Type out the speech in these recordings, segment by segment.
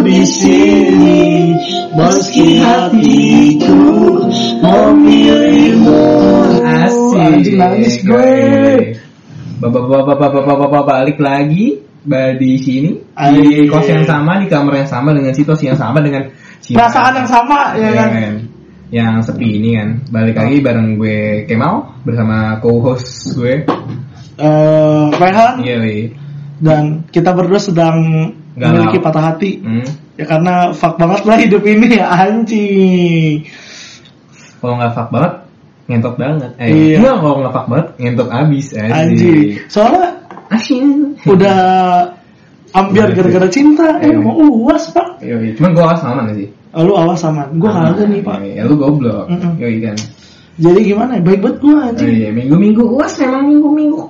di sini, meski hatiku memilihmu. Asik. Nangis gue. Bapak balik lagi di sini di kos yang sama, di kamar yang sama, dengan situasi yang sama, dengan perasaan yang sama ya kan. Yang sepi ini kan. Balik lagi bareng gue Kemal bersama co-host gue Rehan. Iya. Dan kita berdua sedang memiliki patah hati. Ya karena fuck banget lah hidup ini ya anjing. Kalau nggak fuck banget ngentot banget. Iya. Kalau nggak fuck banget ngentot abis anjing. Soalnya udah ambiar gara-gara cinta. Mau UAS pak. Iya. Cuman gue awas aman sih. Lu awas aman. Gue kagak nih pak. Ya lu goblok. Iya kan. Jadi gimana? Baik banget gue anjing. Iya, minggu-minggu UAS memang minggu-minggu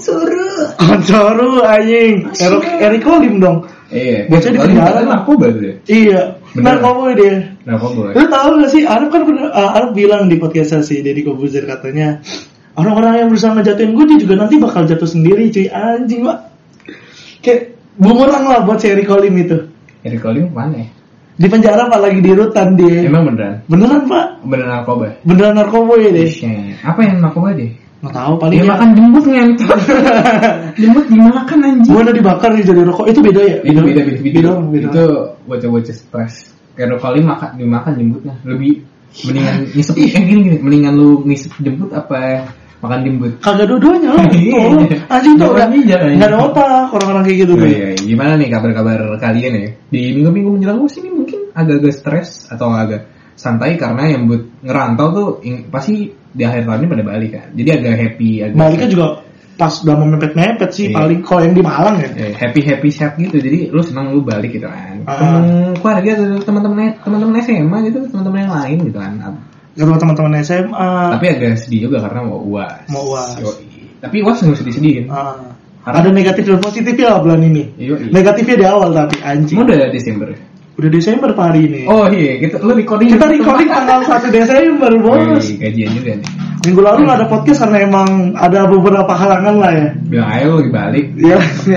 konsoru anjing. Eric Kolim dong. Iya. Bocah di penjara narkoba dia. Iya. Narkoba dia. Narkoba. Lu tahu gak sih? Arab kan Arab bilang di podcastnya si Deddy Kobuzer katanya orang-orang yang berusaha ngejatuhin gue dia juga nanti bakal jatuh sendiri cuy anjing pak. Kayak bumerang lah buat si Eric Kolim itu. Eric Kolim mana ya? Di penjara pak lagi di rutan dia. Emang beneran? Beneran pak. Beneran narkoba? Beneran narkoba ya deh. Apa yang narkoba deh? Nggak tahu paling dia makan jembut ngentot. Jembut dimakan anjing. Gua udah dibakar nih jadi rokok. Itu beda ya? Itu beda. Itu bocah-bocah stres. Kayak kali dimakan jembutnya. Lebih mendingan ngisep gini. Mendingan lu ngisep jembut apa makan jembut? Kagak dua-duanya lah. Anjing tuh udah nggak ada otak orang-orang kayak gitu tuh. Iya. Gimana nih kabar-kabar kalian ya? Di minggu-minggu menjelang musim ini mungkin agak-agak stres atau agak santai karena yang buat ngerantau tuh pasti di akhir tahun ini pada balik kan. Jadi agak happy. Baliknya juga pas udah mau mepet-mepet sih. Iya. Paling kalau yang di Malang ya. Happy set gitu. Jadi lu senang lu balik gitu kan. Keluarga teman-teman SMA gitu, teman-teman yang lain gitu kan. Ketemu teman-teman SMA. Tapi agak sedih juga karena mau UAS. Tapi UAS nggak sedih-sedihin. Ada negatif dan positifnya lah bulan ini. Negatifnya di awal tapi anjing. Udah Desember. Udah Desember Pak hari ini. Oh iya, kita recording tanggal 1 Desember bos. Gajian juga nih. Minggu lalu nggak ada podcast karena emang ada beberapa halangan lah ya. Bilang ayo lagi balik. Iya.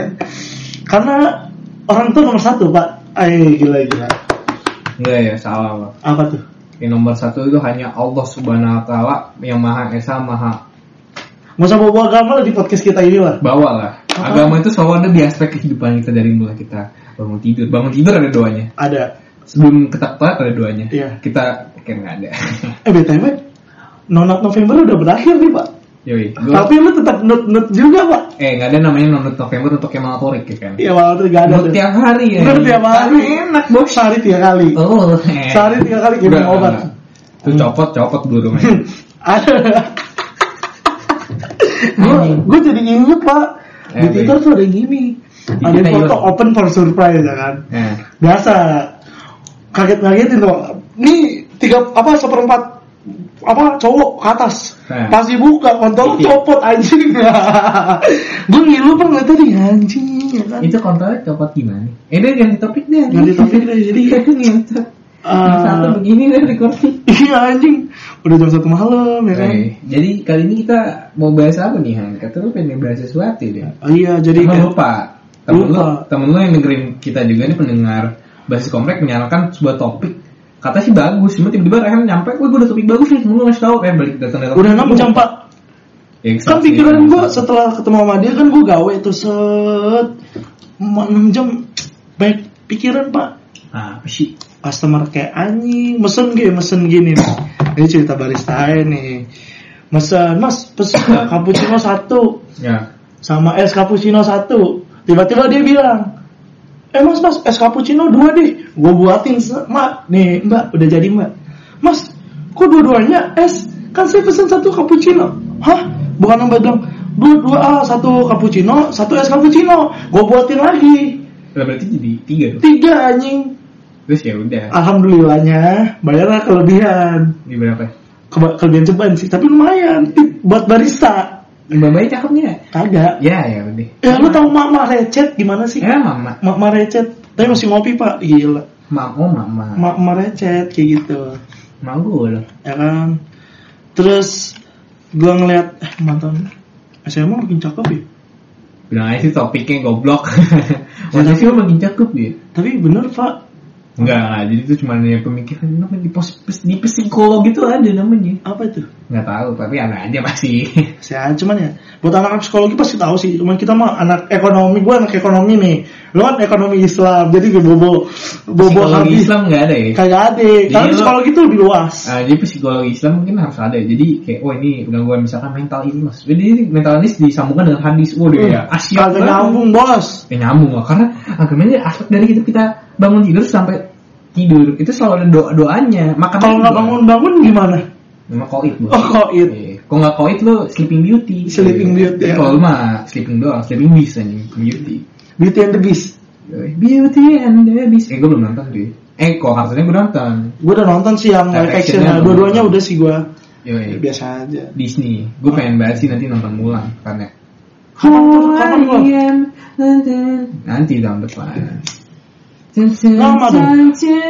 Karena orang tuh nomor 1 Pak. Gila. Enggak ya, salah Pak. Apa tuh? Yang nomor 1 itu hanya Allah Subhanahu Wa Taala yang Maha Esa Maha. Nggak usah bawa agama lah di podcast kita ini lah. Bawa lah. Agama itu selalu ada di aspek kehidupan kita dari mulai kita bangun tidur ada doanya. Ada. Sebelum kita kelar ada doanya. Iya. Kita kayak nggak ada. BTW, Nonat November udah berakhir nih Pak. Yoi. Tapi lu tetap nut juga Pak. Nggak ada namanya Nonat November untuk Kemal Torik ya kan? Iya malah tuh nggak ada. Nut tiap hari ya. Nut tiap hari. Enak bos. Sehari 3 kali. Sehari 3 kali gimana obat? Tuh copot dulu rumahnya. Ada. Gue jadi inget Pak. Di Twitter tuh ada yang gini. Ada foto open for surprise ya kan. Biasa. Kaget-kagetin tuh. Nih 1/4 cowok ke atas. Pasti buka kontol copot anjing. Gue ngilu Bang ngeliat tadi anjing ya kan. Itu kontolnya copot gimana? Dia ganti topik deh. Jadi kayak ngentot. Satu begini deh recording. Iya anjing. Udah jam 1 malam ya kan. Jadi kali ini kita mau bahas apa nih Han? Kata lu pengen bahas sesuatu deh. Iya jadi lupa. Temen lu yang dengerin kita juga nih pendengar Basis Komplek menyalakan sebuah topik. Kata sih bagus, cuma tiba-tiba Rehan nyampe, gue udah topik bagus nih, lu ngasih tau, balik datang. Udah 6 jam Pak. Kan pikiran gue setelah ketemu sama dia kan gue gawe tuh 6 jam baik pikiran Pak. Apa sih? Customer kayak anjing, mesen gini nih. Ini cerita barista nih. Mesen, Mas, pesen cappuccino 1. Ya. Sama es cappuccino 1. Tiba-tiba dia bilang, Mas, es cappuccino 2 deh. Gue buatin, Mak. Nih, Mbak, udah jadi Mbak. Mas, kok dua-duanya es? Kan saya pesen 1 cappuccino. Hah? Bukan Mbak dong. 2 1 cappuccino, 1 es cappuccino. Gue buatin lagi. Berarti jadi 3 tuh. 3 anjing. Terus ya udah. Alhamdulillahnya bayarnya kelebihan. Di berapa? Kelebihan ceban sih, tapi lumayan buat barista. Mbak Bayi cakep nggak? Kagak. Ya udah. Ya lu tau Mama Recet gimana sih? Ya Mama. Mama Recet. Tapi masih ngopi Pak, gila. Mama. Mama Recet kayak gitu. Mau gue loh. Ya kan. Terus gue ngeliat mantan SMA makin cakep ya. Bilang aja sih topiknya goblok. Masa sih makin cakep ya. Tapi bener Pak. Enggak, jadi itu cuma ya pemikiran namanya di psikologi itu ada namanya. Apa itu? Nggak tahu, tapi ada aja masih. Saya cuman ya, buat anak psikologi pasti tahu sih. Cuman kita mah anak ekonomi, gue anak ekonomi nih. Lo kan ekonomi Islam, jadi gue bobo psikologi Islam nggak ada ya? Kagak ada. Karena psikologi itu lebih luas. Jadi psikologi Islam mungkin harus ada. Jadi kayak, ini gangguan misalkan mental illness. Jadi mental illness disambungkan dengan hadis. Ya asyik. Kagak nyambung bos. Nyambung lah, karena agamanya aspek dari kita bangun tidur sampai tidur itu selalu ada doanya. Maka kalau nggak bangun gimana? Memang koit bos. Oh koit. Kalau nggak koit lo sleeping beauty. Sleeping beauty. Kalau mah sleeping doang, sleeping beast aja. Beauty and the Beast. Beauty and the Beast. Gue belum nonton deh. Kok harusnya gue nonton. Gue udah nonton sih yang live actionnya. Dua-duanya udah sih gue. Biasa aja. Disney. Gue pengen banget sih nanti nonton Mulan karena. Kapan gue? Nanti tahun depan. Lama dong.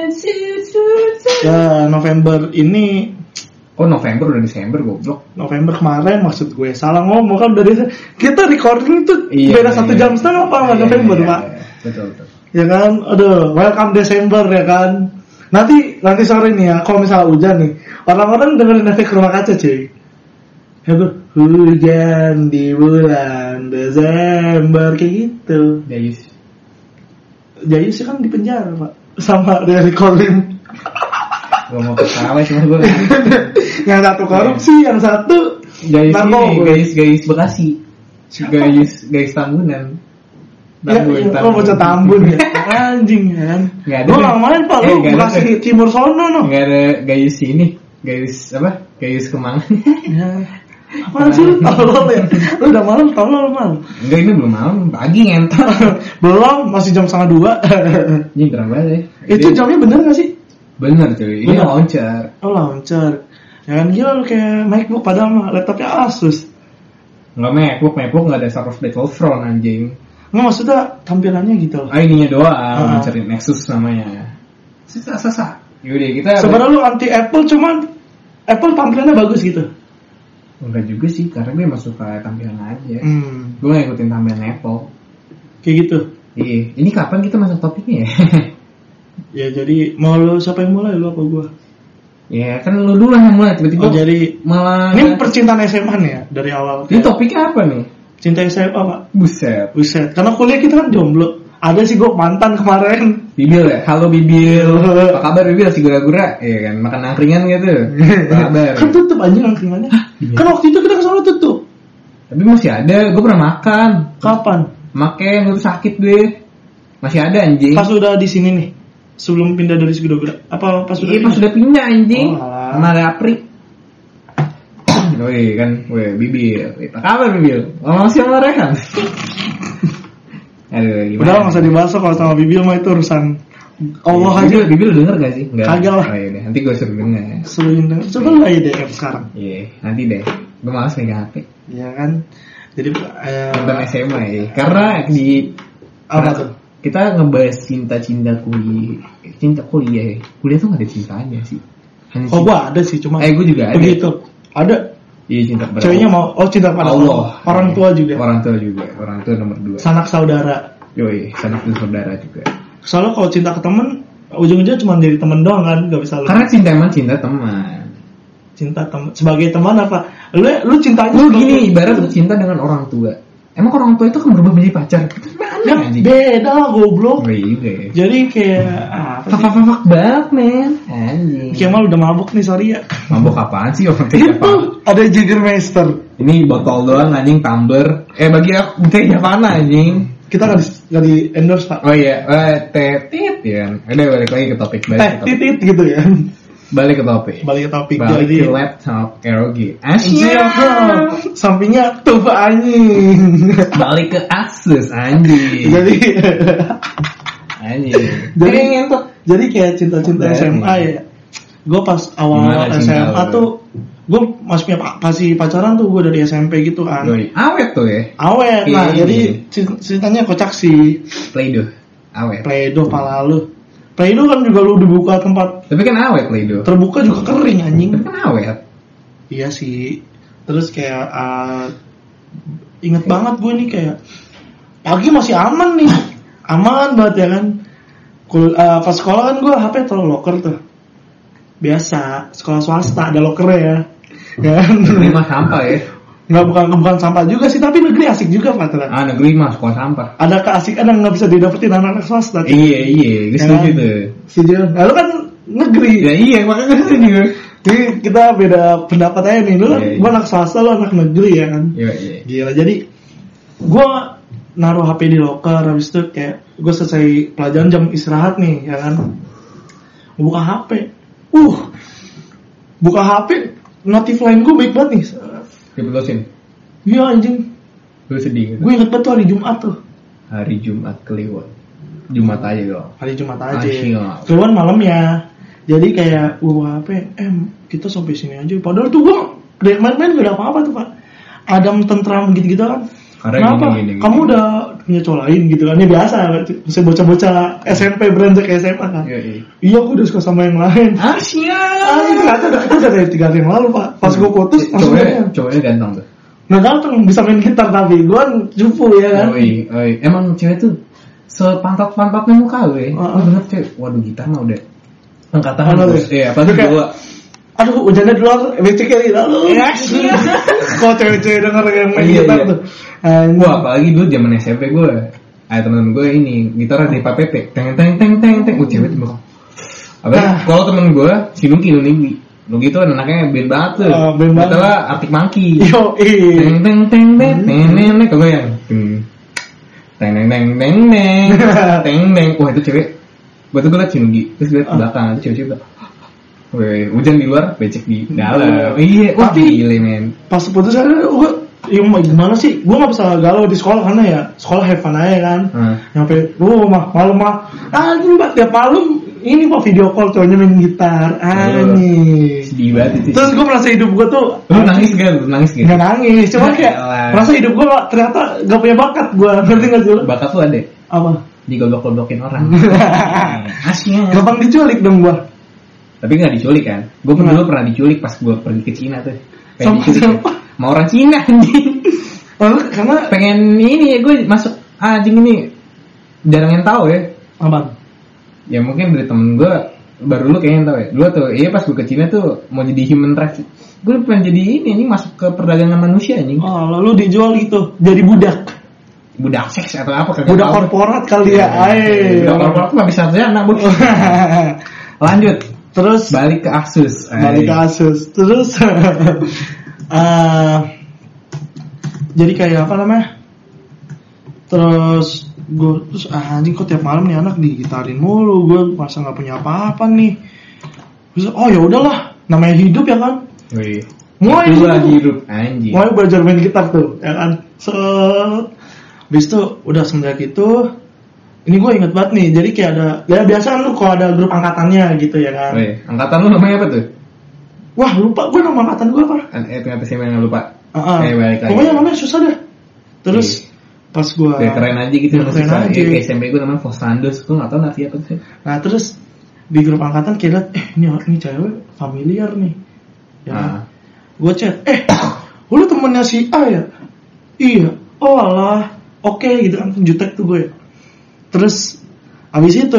Ya November ini. November udah Desember goblok. November kemarin maksud gue. Salah ngomong kan dari kita recording tuh beda 1 jam setengah apa November Pak. Betul. Ya kan, aduh, welcome Desember ya kan. Nanti sore nih ya, kalau misalnya hujan nih, orang-orang dengerin efek rumah kaca cuy. Ya tuh, hujan di bulan Desember kayak gitu. Jayus kan di penjara Pak, sama dari Colin. Gue mau ketawa cuma gue. Yang satu korupsi, yang satu guys Bekasi, guys Tambunan. Lo bocah Tambun ya, anjing kan. Gue nggak main Pak, lu Bekasi Timur sono no. Nggak ada guys ini, guys Kemangan. Apaan sih lu tolol ya? Lu udah malam tolol mal. Enggak, ini belum malam, pagi ngentot. Belum, masih jam 1:30. Ini terang banget ya. Itu jamnya bener gak sih? Bener cuy, ini launcher. Oh launcher. Jangan gila lu kayak MacBook padahal mah laptopnya Asus. Enggak MacBook gak ada Surface Battlefront anjing. Nggak, maksudnya tampilannya gitu loh. Ininya doang, launcherin Nexus namanya. Sisa. Yaudah kita. Sebenarnya lu anti Apple, cuman Apple tampilannya bagus gitu. Enggak juga sih, karena gue emang suka tampilan aja. Gue gak ngikutin tampilan Apple. Kayak gitu? Iya. Ini kapan kita masuk topiknya ya? Ya jadi, mau lu siapa yang mulai, lu apa gue? Ya kan lu dulu yang mulai, tiba-tiba jadi malah. Ini percintaan SMA nih ya, dari awal. Ini topiknya apa nih? Cinta SMA Pak. Buset. Karena kuliah kita kan jomblo. Ada sih gue mantan kemarin. Bibil ya? Halo Bibil. Apa kabar Bibil? Si gura-gura? Iya kan, makan angkringan gitu. Apa kabar? Kan tutup aja angkringannya. Kan waktu itu kita kesana tutup. Tapi masih ada, gue pernah makan. Kapan? Makan, gue sakit gue. Masih ada anjing. Pas udah di sini nih. Sebelum pindah dari Segudogura. Apa pas udah? Iya, pas udah pindah anjing. Sama ada Apri. Woi kan, Bibil. Apa kabar Bibil? Ngomong sama Rehan. Aduh, gimana? Udah nggak usah dibahas kalau sama Bibil mah itu urusan Allah aja. Bibil denger gak sih? Kagak lah. Oh, iya, nanti gue suruh denger. Coba lah ya DM sekarang. Iya, nanti deh. Gue malas megang HP. Iya kan. Jadi tentang SMA ya. Karena di apa tuh? Kita ngebahas cinta kuliah. Cinta kuliah. Kuliah tuh gak ada cintanya sih. Gue ada sih, cuma gue juga ada. Begitu. Ada. Iya, cinta kepada ceweknya mau cinta kepada Allah. Orang tua juga. Orang tua nomor 2. Sanak saudara. Yoi, sanak saudara juga. Soalnya kalau cinta ke teman, ujung-ujungnya cuma dari teman doang kan, gak bisa. Karena cinta emang cinta teman. Cinta teman sebagai teman apa? Lu cintanya lu gini, ibarat lu cinta dengan orang tua. Emang orang tua itu kan berubah menjadi pacar? Ya, beda lah goblok. Iya. Jadi kayak fuck banget men. Anjing. Kemal udah mabuk nih, sorry ya. Mabuk apaan sih orang tua? Itu ada Jägermeister. Ini botol doang anjing, tumbler. Bagi aku tehnya mana anjing? Kita nggak di endorse Pak. Oh iya, tetit ya. Ada balik lagi ke topik tetit gitu ya. Balik ke topik. Jadi laptop ROG. Asyik. Sampingnya tuh anjing. Balik ke Asus anjing. Jadi kayak cinta-cinta SMA ya. Gue pas awal SMA tuh, gue masih pacaran tuh gue dari SMP gitu kan. Awet tuh ya. Awet. Nah jadi ceritanya kocak sih. Play-Doh. Awet. Play-Doh pala lu. Play-Doh kan juga lu dibuka tempat. Tapi kan awet Play-Doh. Terbuka juga kering anjing. Tapi kan awet. Iya sih. Terus kayak inget banget gue nih kayak pagi masih aman nih. Aman banget ya kan. Pas sekolah kan gue HP taruh locker tuh. Biasa, sekolah swasta ada lockernya ya. Kan? Negeri mah sampah ya. Nggak bukan sampah juga sih, tapi negeri asik juga Pak. Negeri mah sekolah sampah. Ada keasikan yang nggak bisa didapetin anak-anak swasta. Iya, gue setuju tuh. Setuju. Lalu kan negeri. Ya iya, makanya gue setuju. Jadi kita beda pendapat aja nih. Lu kan gue anak swasta, lu anak negeri ya kan. Iya. Gila. Jadi gue naruh HP di locker, habis itu kayak gue selesai pelajaran jam istirahat nih, ya kan. Buka HP. Buka HP, notif line gue baik banget nih. Diputusin. Iya anjing. Gue sedih gitu. Gue inget banget tuh hari Jumat tuh. Hari Jumat Kliwon. Jumat aja dong. Hari Jumat aja. Asyik. Kliwon malamnya. Jadi kayak HP, kita sampai sini aja. Padahal tuh gue dari main-main gak ada apa-apa tuh Pak. Adem tentram gitu-gitu kan. Karena kenapa? Gini. Kamu udah punya cowok lain gitu kan? Ini biasa, bisa bocah-bocah SMP beranjak SMA kan? Iya, aku udah suka sama yang lain. Asyik. Ternyata kita udah dari 3 hari yang lalu Pak. Pas gue putus, cowoknya ganteng tuh. Nggak ganteng, bisa main gitar tapi gue cupu ya kan? Emang cewek tuh sepantat-pantatnya muka gue. Bener cewek, waduh gitar mah udah angkatan terus. Iya, apalagi gue. Aduh, hujannya di luar, becek ya lalu. Kok cewek-cewek denger yang main gitar tuh. Wah, apalagi dulu zaman SMP gue. Temen-temen gue ini gitarnya dari PPP, teng. Cewek tuh. Kalau temen gue si Nuki. Lu gitu kan anaknya band banget tuh. Betul lah Arctic Monkey. Yo, teng. Kalau yang teng. Wah, itu cewek. Betul gue liat si Nuki. Terus gue liat ke belakang, cewek-cewek. Hujan di luar, becek di dalam. Iya, gile men. Pas putus aja gue gimana sih? Gue nggak bisa galau di sekolah karena ya sekolah have fun aja kan. Nyampe malam anjing Pak, tiap malam ini Pak video call cowoknya main gitar. Sedih banget itu. Terus gue merasa hidup gue tuh nangis gak? Nggak nangis, cuma kayak merasa hidup gue ternyata gak punya bakat gue. Ngerti nggak sih? Bakat tuh ada. Apa? Digodok-godokin orang. Asnya. Gampang diculik dong gue. Tapi nggak diculik kan? Gue dulu pernah diculik pas gue pergi ke Cina tuh. Sama mau orang Cina anjing. Karena pengen ini ya gue masuk anjing ini jarang yang tahu ya. Apa? Ya mungkin dari temen gue baru lu kayaknya tahu ya. Dulu tuh pas gue ke Cina tuh mau jadi human rights. Gue pengen jadi ini masuk ke perdagangan manusia anjing. Oh, lalu dijual gitu, jadi budak seks atau apa kan? Budak korporat kali ya. Budak korporat tuh nggak bisa anak bu. Lanjut. Terus balik ke Asus. Terus jadi kayak apa namanya? Terus anjing kok tiap malam nih anak digitarin mulu, gue masa nggak punya apa-apa nih. Terus ya udahlah, namanya hidup ya kan. Mulai hidup anjing. Mulai belajar main gitar tuh, ya kan. Habis itu udah semenjak itu. Ini gue inget banget nih, jadi kayak ada, ya biasa kan lu kalau ada grup angkatannya gitu ya kan. Angkatan lu namanya apa tuh? Wah lupa, gue nama angkatan gue apa? Ternyata saya yang lupa. Pokoknya namanya susah deh. Terus pas gue keren aja gitu. Keren aja. Kayak SMP gue namanya Fosandos, gue gak tau nanti apa sih. Nah terus di grup angkatan kayak liat, ini cewek familiar nih ya. Gue chat, lu temennya si A ya? Iya. Oh alah, oke gitu kan, jutek tuh gue. Terus abis itu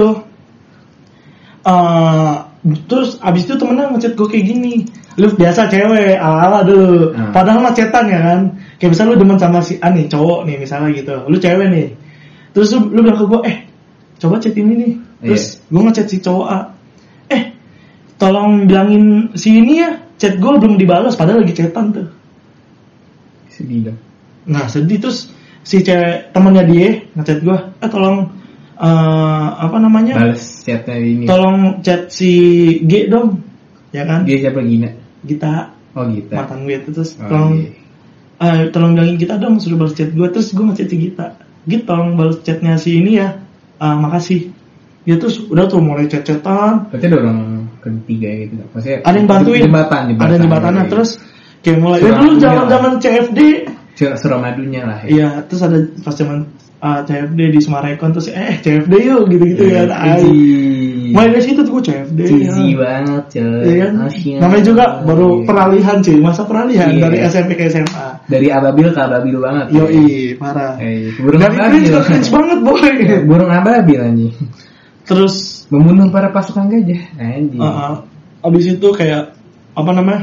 temennya ngechat gue kayak gini, lu biasa cewek ala-ala dulu, padahal mah chatan ya kan, kayak misalnya lu demen sama si A nih, cowok nih misalnya gitu, lu cewek nih, terus lu bilang ke gue, coba chat ini nih, terus gue ngechat si cowok A, tolong bilangin si ini ya, chat gue belum dibalas, padahal lagi chatan tuh. Sedih dong. Nah sedih, terus si cewek temennya dia ngechat gue, tolong apa namanya? Balas chatnya ini. Tolong chat si G dong, ya kan? G siapa Gina? Gita. Oh Gita. Mantan gue itu, terus tolong bilangin Gita dong suruh balas chat gue, terus gue ngechat si Gita. Gita tolong balas chatnya si ini ya, makasih. Ya terus udah tuh mulai chat-chatan. Berarti ada orang ketiga gitu, maksudnya? Ada yang bantuin. Ada jembatannya, terus kayak mulai. Dulu zaman CFD. Suramadunya lah. Iya, terus ada pas zaman CFD di Semarekon, terus CFD yuk gitu-gitu ya. Mulai dari situ tuh gue CFD. Cheesy banget coy. Iya kan? Namanya juga baru peralihan cuy, masa peralihan dari SMP ke SMA. Dari ababil ke ababil banget. Yoi, parah. Burung dari cringe ke cringe banget boy. Burung ababil anjing. Terus membunuh para pasukan gajah. Anjing. Abis itu kayak apa namanya?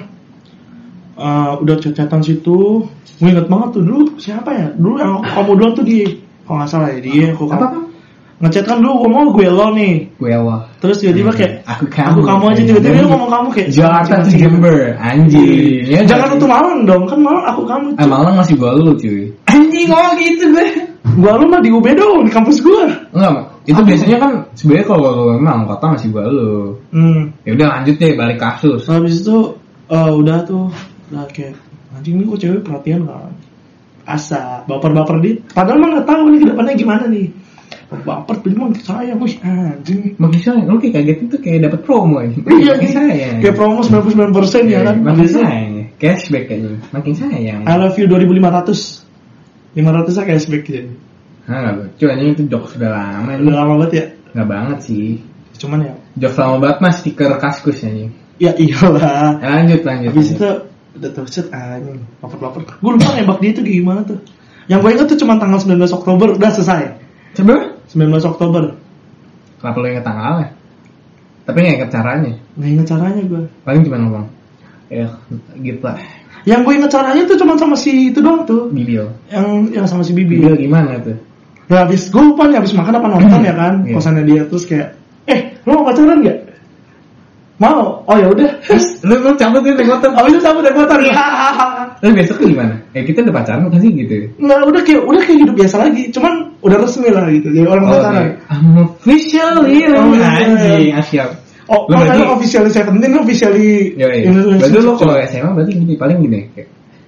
Udah chat-chatan situ. Gue inget banget tuh dulu siapa ya? Dulu yang kamu duluan tuh dia. Kalau nggak salah ya dia. Apa? Ngechat kan dulu gue mau gue lo nih. Gue lo. Terus tiba-tiba kayak aku kamu aja tiba-tiba dia ngomong kamu kayak Jonathan Timber. Anjing. Ya, jangan itu Malang dong. Kan Malang aku kamu. Malang masih gue lu cuy. Anjing ngomong gitu gue. Gue lu mah di UB dong, di kampus gue. Enggak, itu biasanya kan sebenarnya kalau memang kota masih gue lu. Ya udah lanjut deh balik kasus. Habis itu udah kayak anjing nih kok cewek perhatian kan. Asa baper-baper dia. Padahal mah nggak tahu nih kedepannya gimana nih. Baper tapi emang sayang, wih anjing. Makin sayang, lu kayak kaget itu kayak dapat promo aja. Iya, makin sayang. Kayak promo 99% ya kan. Makin sayang, cashback kayaknya. Makin sayang. I love you 2.500. 500 nya cashback jadi. Nah, nggak lucu aja itu jokes udah lama. Udah lama banget ya? Nggak banget sih. Cuman ya. Jokes lama banget mas, stiker Kaskus aja. Ya iyalah. Lanjut. Habis itu udah terset anjing, lapor. Gue lupa nembak dia itu gimana tuh. Yang gue inget tuh cuma tanggal 19 Oktober udah selesai. Coba? 19 Oktober. Kenapa lo inget tanggalnya? Tapi nggak inget caranya. Nggak inget caranya gue. Paling cuma ngomong, ya gitu lah. Yang gue inget caranya tuh cuma sama si itu doang tuh. Bibil. Yang sama si Bibil. Bibil gimana tuh? Ya habis gue lupa nih habis makan apa nonton ya kan, kosannya dia terus kayak, lo mau pacaran nggak? Mau. Oh ya udah. Lu cabut dari motor. Abis itu cabut dari motor. Iya. Terus besok gimana? Kita udah pacaran kan sih gitu. Nggak, udah kayak hidup biasa lagi. Cuman udah resmi lah gitu. Jadi orang pacaran. I'm officially anjing asyik. Oh, kan officially 17, officially Indonesia. Berarti lo kalau SMA berarti gini paling gini kayak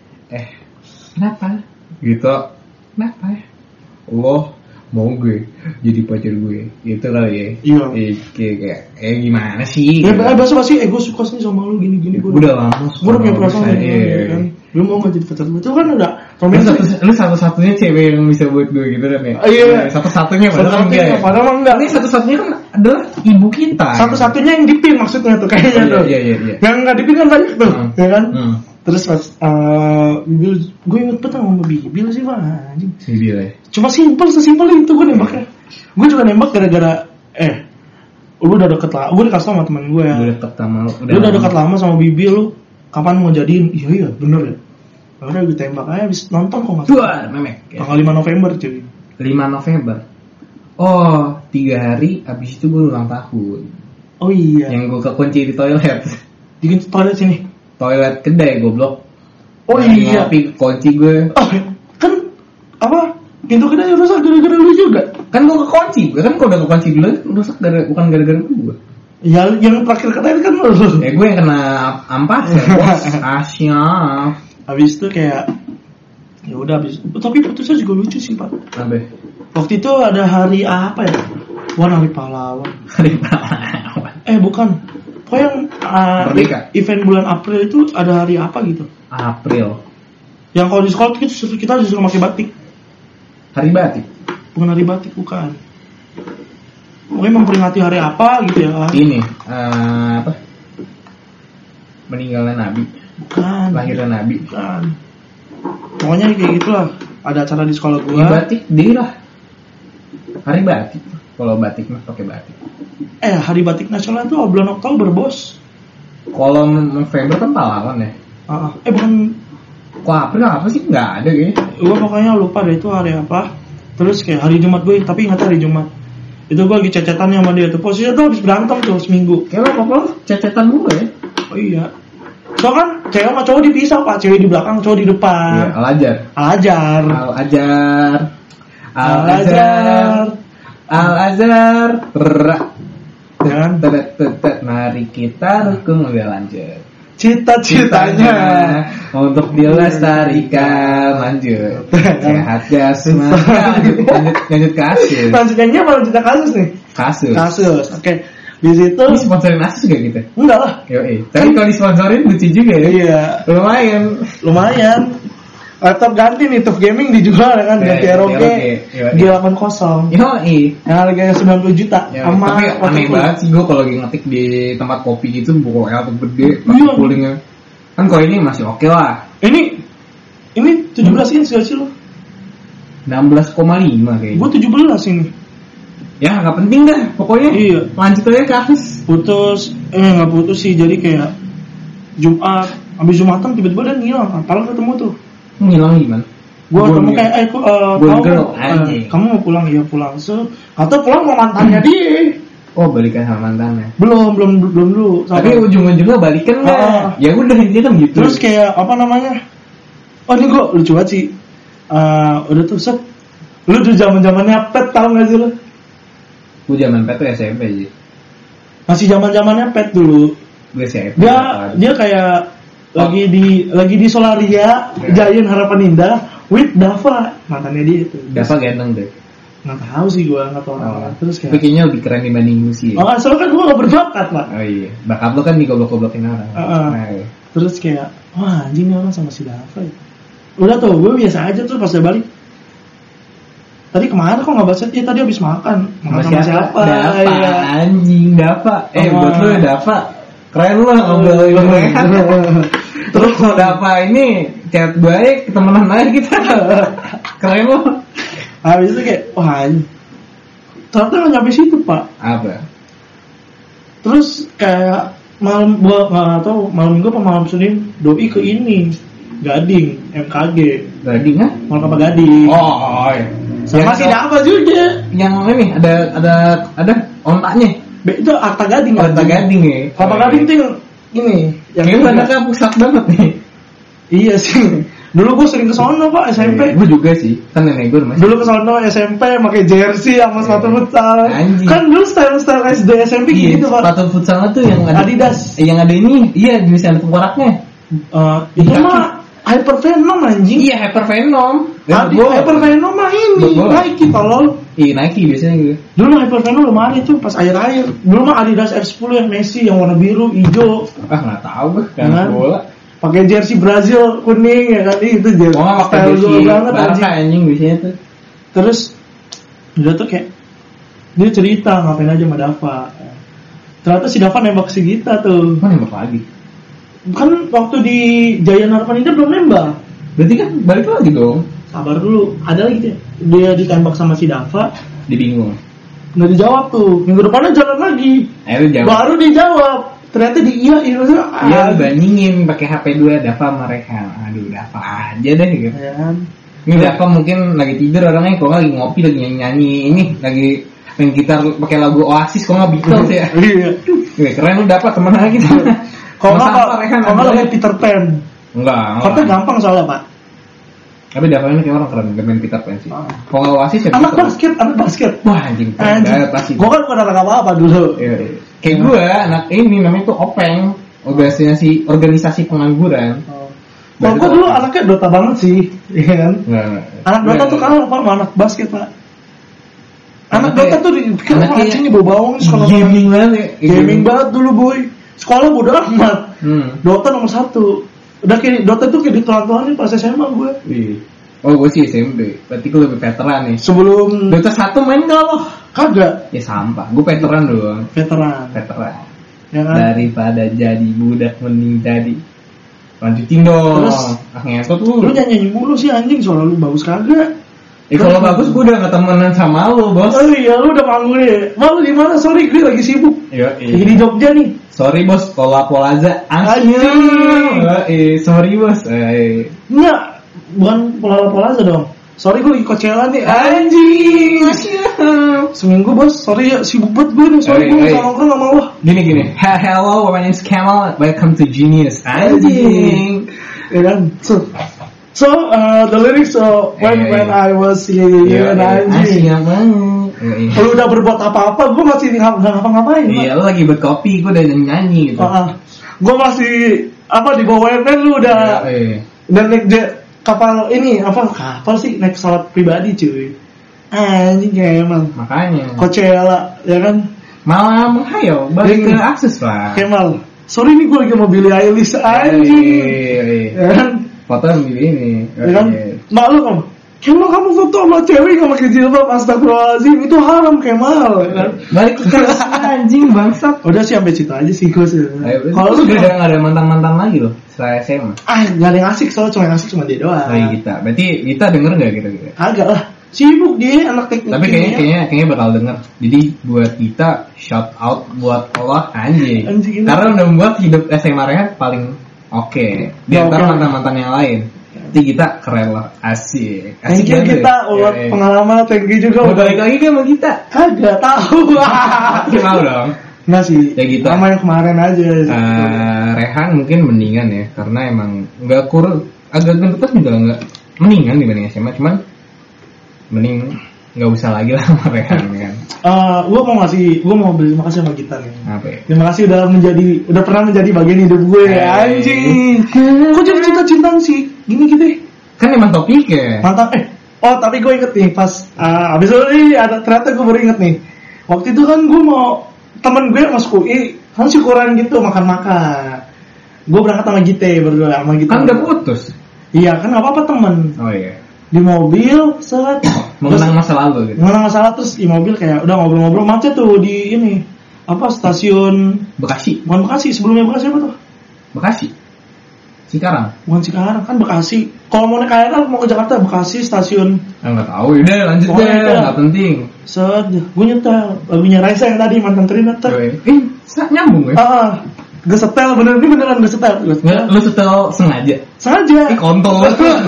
kenapa? Gitu. Kenapa? Lo mau gue jadi pacar gue gitu kali ya. Kayak gimana sih ya basa-basi gue suka sih sama lu gini gue udah lama gue udah punya perasaan kan lu mau gak jadi pacar gue itu kan udah lu satu-satunya cewek yang bisa buat gue gitu kan ya. Iya satu-satunya padahal enggak ini satu-satunya kan adalah ibu kita satu-satunya yang dipin maksudnya tuh kayaknya tuh yang nggak dipin kan banyak tuh ya kan. Terus pas Bibil, gue inget betul sama Bibil sih pak anjing. Bibil ya. Cuma sesimpel itu gue nembaknya. Gue juga nembak gara-gara lu udah deket lah. Gue dikasih sama teman gue ya. Lu udah deket lama sama Bibil, lu kapan mau jadiin? Iya bener ya. Udah gue tembak aja abis nonton kok nggak salah. Memek. Tanggal 5 November cuy. 5 November. Oh 3 hari abis itu gue ulang tahun. Oh iya. Yang gue kekunci di toilet. Di toilet sini. Toilet kedai goblok. Oh iya. Tapi kunci gue. Oh kan apa? Pintu kedai rusak gara-gara lu juga. Kan gue kekunci. Gue kan kalau udah kekunci dulu rusak bukan gara-gara gue. Ya yang terakhir kedai kan lu. Ya gue yang kena ampas ya. Siap. Habis itu kayak ya udah habis. Tapi putusnya juga lucu sih pak. Apa? Waktu itu ada hari apa ya? Hari pahlawan. Hari pahlawan. Bukan. Kok yang event bulan April itu ada hari apa gitu? April. Yang kalau di sekolah kita disuruh pakai batik. Hari batik? Bukan hari batik, bukan. Pokoknya memperingati hari apa gitu ya? Ini apa? Meninggalnya Nabi. Bukan. Lahirnya Nabi. Bukan. Pokoknya kayak gitulah. Ada acara di sekolah gua. Hari batik deh lah. Hari batik. Kalau batik mah pakai batik. Hari batik nasional itu bulan Oktober bos. Kalau November kan pahlawan ya. Bukan. Kok April apa sih? Nggak ada kayaknya. Gue pokoknya lupa deh itu hari apa. Terus kayak hari Jumat gue, tapi ingat hari Jumat. Itu gue lagi cecetan sama dia tuh. Posisinya tuh habis berantem tuh seminggu. Kayak apa cecetan gue ya? Oh iya. So kan cewek sama cowok dipisah pak. Cewek di belakang, cowok di depan. Iya, Al-Azhar. Dan mari kita rukun udah lanjut. Cita-citanya untuk dilestarikan lanjut. Sehat jasmani. Lanjut kasus. Lanjutannya apa lanjut kasus nih? Kasus. Oke. Di situ. Ini sponsorin kasus gak gitu? Enggak lah. Tapi kalau disponsorin lucu juga ya. Iya. Lumayan. Laptop ganti nih, Top Gaming dijual kan, ganti ROG G80. Yoi. Yang harganya 90 juta. Tapi aneh banget sih gue kalau lagi ngetik di tempat kopi gitu, bawa laptop gede, pakai coolingnya. Kan kalau ini masih oke lah. Ini 17 inch gak sih lo? 16,5 kayaknya. Gue 17 ini. Ya nggak penting dah, pokoknya iya. Lanjut aja ke Hafiz. Putus, nggak putus sih, jadi kayak Jumat, habis Jumatan tiba-tiba dia ngilang, padahal ketemu tuh. Ngilang gimana? Gua ketemu kayak, kamu mau pulang? Iya pulang. Atau pulang mau mantannya dia. Oh balikan sama mantannya? Belum dulu. Tapi ujung-ujungnya balikan nggak? Ya udah intinya kan gitu. Terus kayak apa namanya? Oh ini gue lucu banget sih. Udah tuh set. Lu tuh zamannya pet, tau nggak sih lu? Gue zaman pet tuh SMP sih. Masih zamannya pet dulu. Gue SMP. Dia kayak lagi di Solaria, Giant Harapan Indah with Dava, mantannya dia itu. Dava ganteng deh. Nggak tahu sih gue, nggak tahu. Terus kayak kayaknya lebih keren dibanding Musi. Oh soalnya kan gue nggak berbakat lah. Oh iya, bakat lo kan digoblok-goblokin orang. Iya. Terus kayak wah anjing nih orang sama si Dava ya. Udah tuh gue biasa aja tuh pas dia balik. Tadi kemana kok nggak bahas? Tadi habis makan sama siapa? Dava ya. Anjing Dava. Buat lo ya Dava. Keren lo ngobrol mereka. Terus kalau Dava ini chat baik, temenan aja kita. Keren lo. Habis itu kayak wah ternyata nggak nyampe situ pak. Apa? Terus kayak malam gua nggak tahu malam minggu apa malam Senin doi ke ini Gading MKG. Gading kan? Mau ke Gading. Oh iya. Sama si Dava juga. Yang ini ada ontaknya. Itu Arta Gading. Arta Gading ya. Arta Gading itu yang ini. Yang anaknya pusat banget nih. Iya sih. Dulu gue sering kesono pak SMP. Gue juga sih. Kan nenek gue masih. Dulu kesono SMP pakai jersey sama sepatu futsal. Kan dulu style SD SMP gitu pak. Sepatu futsalnya tuh yang ada Adidas. Yang ada ini, iya jenisnya ada tengkoraknya. Itu mah Hypervenom anjing. Iya Hypervenom. Hypervenom mah ini Nike tolol. Iya Nike biasanya gitu. Dulu Hypervenom belum ada tuh pas air. Dulu mah Adidas F10 yang Messi yang warna biru, hijau. Nggak tahu gue kan bola. Pakai jersey Brazil kuning ya kan itu jersey. Style gue banget anjing biasanya tuh. Terus dia tuh kayak dia cerita ngapain aja sama Dava. Ternyata si Dava nembak si Gita tuh. Nembak lagi. Kan waktu di Giant Harapan Indah belum nembak. Berarti kan balik lagi dong. Sabar dulu, ada lagi dia ditembak sama si Dava. Dia bingung. Nggak dijawab tuh. Minggu depannya jalan lagi. Baru dijawab. Ternyata iya bandingin pakai HP 2 Dava mereka. Aduh Dava aja deh gitu. Ya. Ini Dava mungkin lagi tidur orangnya, kok lagi ngopi lagi nyanyi ini lagi main gitar pakai lagu Oasis, kok nggak Beatles ya. Iya. Keren lu Dava teman aja gitu. Kalau nggak Peter Pan. Enggak. Gampang soalnya pak. Tapi Dava ini kayak orang keren, main Peter Pan sih. Kalau nggak Oasis ya. Anak basket. Wah anjing. Gue kan bukan anak apa dulu. Iya. Kayak gue anak ini namanya tuh Openg, organisasi pengangguran. Kalau gue dulu anaknya Dota banget sih, iya kan? Anak Dota tuh kalah apa sama anak basket pak? Anak Dota tuh dipikir anjingnya bau bawang sekolah. Gaming banget. Gaming banget dulu boy. Sekolah bodo amat. Dota nomor 1. Udah kayak Dota tuh kayak dituan-tuanin pas SMA gue. Oh gue sih SMP. Berarti gue lebih veteran nih. Sebelum Dota 1 main gak lo? Kagak. Ya sampah. Gue veteran doang. Veteran. Ya kan? Daripada jadi budak mending jadi. Lanjutin dong. Terus ngesot lu. Lu nyanyi mulu sih anjing, suara lu bagus kagak. Kalau bagus gue udah gak temenan sama lu bos. Oh iya lu udah manggung nih. Malu gimana? Sorry gue lagi sibuk. Lagi di Jogja nih. Sorry bos, Polapolaza anjing. Sorry bos. Enggak, bukan Polapolaza dong. Sorry gue lagi Coachella nih. Anjing. Seminggu bos, sorry ya sibuk banget gue nih. Sorry gue gak nongkrong sama lo. Gini. Hello, my name is Kamal. Welcome to Genius. Anjing. Ya kan. So the lyrics when I was anjing. Lu udah berbuat apa-apa, gue masih nggak ngapa-ngapain. Iya, lu lagi berkopi, gue udah nyanyi gitu. Gue masih di bawah WMN lu udah naik kapal ini kapal sih naik pesawat pribadi cuy. Anjing Kemal. Makanya. Coachella ya kan. Malah menghayal balik ke Akses lah. Kemal. Sorry nih gue lagi mau Billie Eilish anjing. Ya kan. Foto yang ini. Ya kan. Malu kamu. Kemal kamu foto sama cewek nggak pakai jilbab, astagfirullahaladzim, itu haram Kemal. Ya kan. Balik ke anjing bangsat. Udah sih sampai situ aja sih gue sih. Kalau lu udah nggak ada mantan lagi loh setelah SMA. Nggak ada yang asik soalnya, cuma yang asik cuma dia doang. Oh iya Gita. Berarti Gita denger nggak gitu? Agak lah. Sibuk dia anak teknik. Tapi kayaknya bakal denger. Jadi buat kita shout out buat Allah anjing. Karena udah membuat hidup SMA Rehan paling oke. Di antara mantan-mantan yang lain. Nanti kita keren lah, asik. Thank you kita buat pengalaman, thank you juga. Mau balik lagi kan sama kita? Kagak tahu. Mau dong. Nggak sih, ya gitu. Sama yang kemarin aja. Rehan mungkin mendingan ya, karena emang nggak agak gendutan juga nggak mendingan dibanding SMA, cuman mending nggak usah lagi lah sama Rehan kan. Gue mau berterima kasih sama kita nih. Apa ya? Terima kasih udah pernah menjadi bagian hidup gue. Anjing. Kok jadi cinta-cintaan sih? Gini gitu. Kan emang topiknya. Mantap. Tapi gue inget nih pas abis itu nih ternyata gue baru inget nih. Waktu itu kan gue mau temen gue masuk UI, kan syukuran gitu makan-makan. Gue berangkat sama Gite berdua sama Gite. Kan udah putus. Iya kan nggak apa-apa temen. Oh iya. Di mobil set mengenang masa lalu gitu. Mengenang masa lalu terus di mobil kayak udah ngobrol-ngobrol macet tuh di ini apa stasiun Bekasi. Bukan Bekasi, sebelumnya Bekasi apa tuh? Bekasi. Cikarang. Bukan Cikarang kan Bekasi. Kalau mau naik KRL mau ke Jakarta Bekasi stasiun. Enggak tahu. Udah lanjut deh, enggak penting. Set gue nyetel lagunya Raisa yang tadi mantan Trinata. Nyambung ya. Gue setel beneran gue setel. Lu setel sengaja? Sengaja. Kontol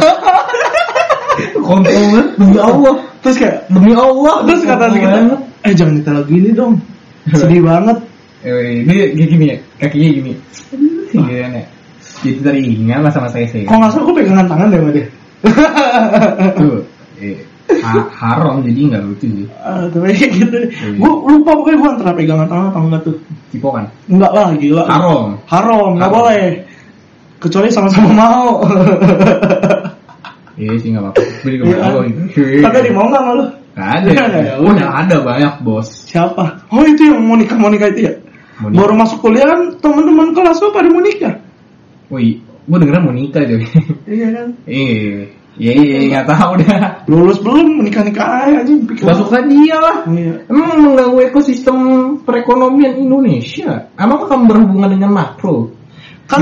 banget demi Allah. Terus kayak demi Allah. Terus kata kita, jangan nyetel lagu ini dong. Sedih banget. Ini gini ya, kakinya gini. Gimana? Jadi teringat masa-masa SMA. Kok nggak salah gue pegangan tangan deh sama dia. Tuh, haram jadi nggak lucu sih. Tapi gitu deh. Gue lupa pokoknya gue antara pegangan tangan atau enggak tuh. Cipokan? Enggak lah, gila. Haram, nggak boleh. Kecuali sama-sama mau. Iya sih nggak apa-apa. Gue juga mau gitu. Tapi dia mau nggak malu? Nggak ada. Udah ada banyak bos. Siapa? Oh itu yang mau nikah itu ya? Baru masuk kuliah kan teman-teman kelas gue pada mau nikah. Wih, gue dengeran mau nikah jadi. Iya kan? Iya, nggak tahu dah. Lulus belum nikah aja. Masukkan dia lah. Iya. Emang mengganggu ekosistem perekonomian Indonesia. Emang kamu berhubungan dengan makro? Kan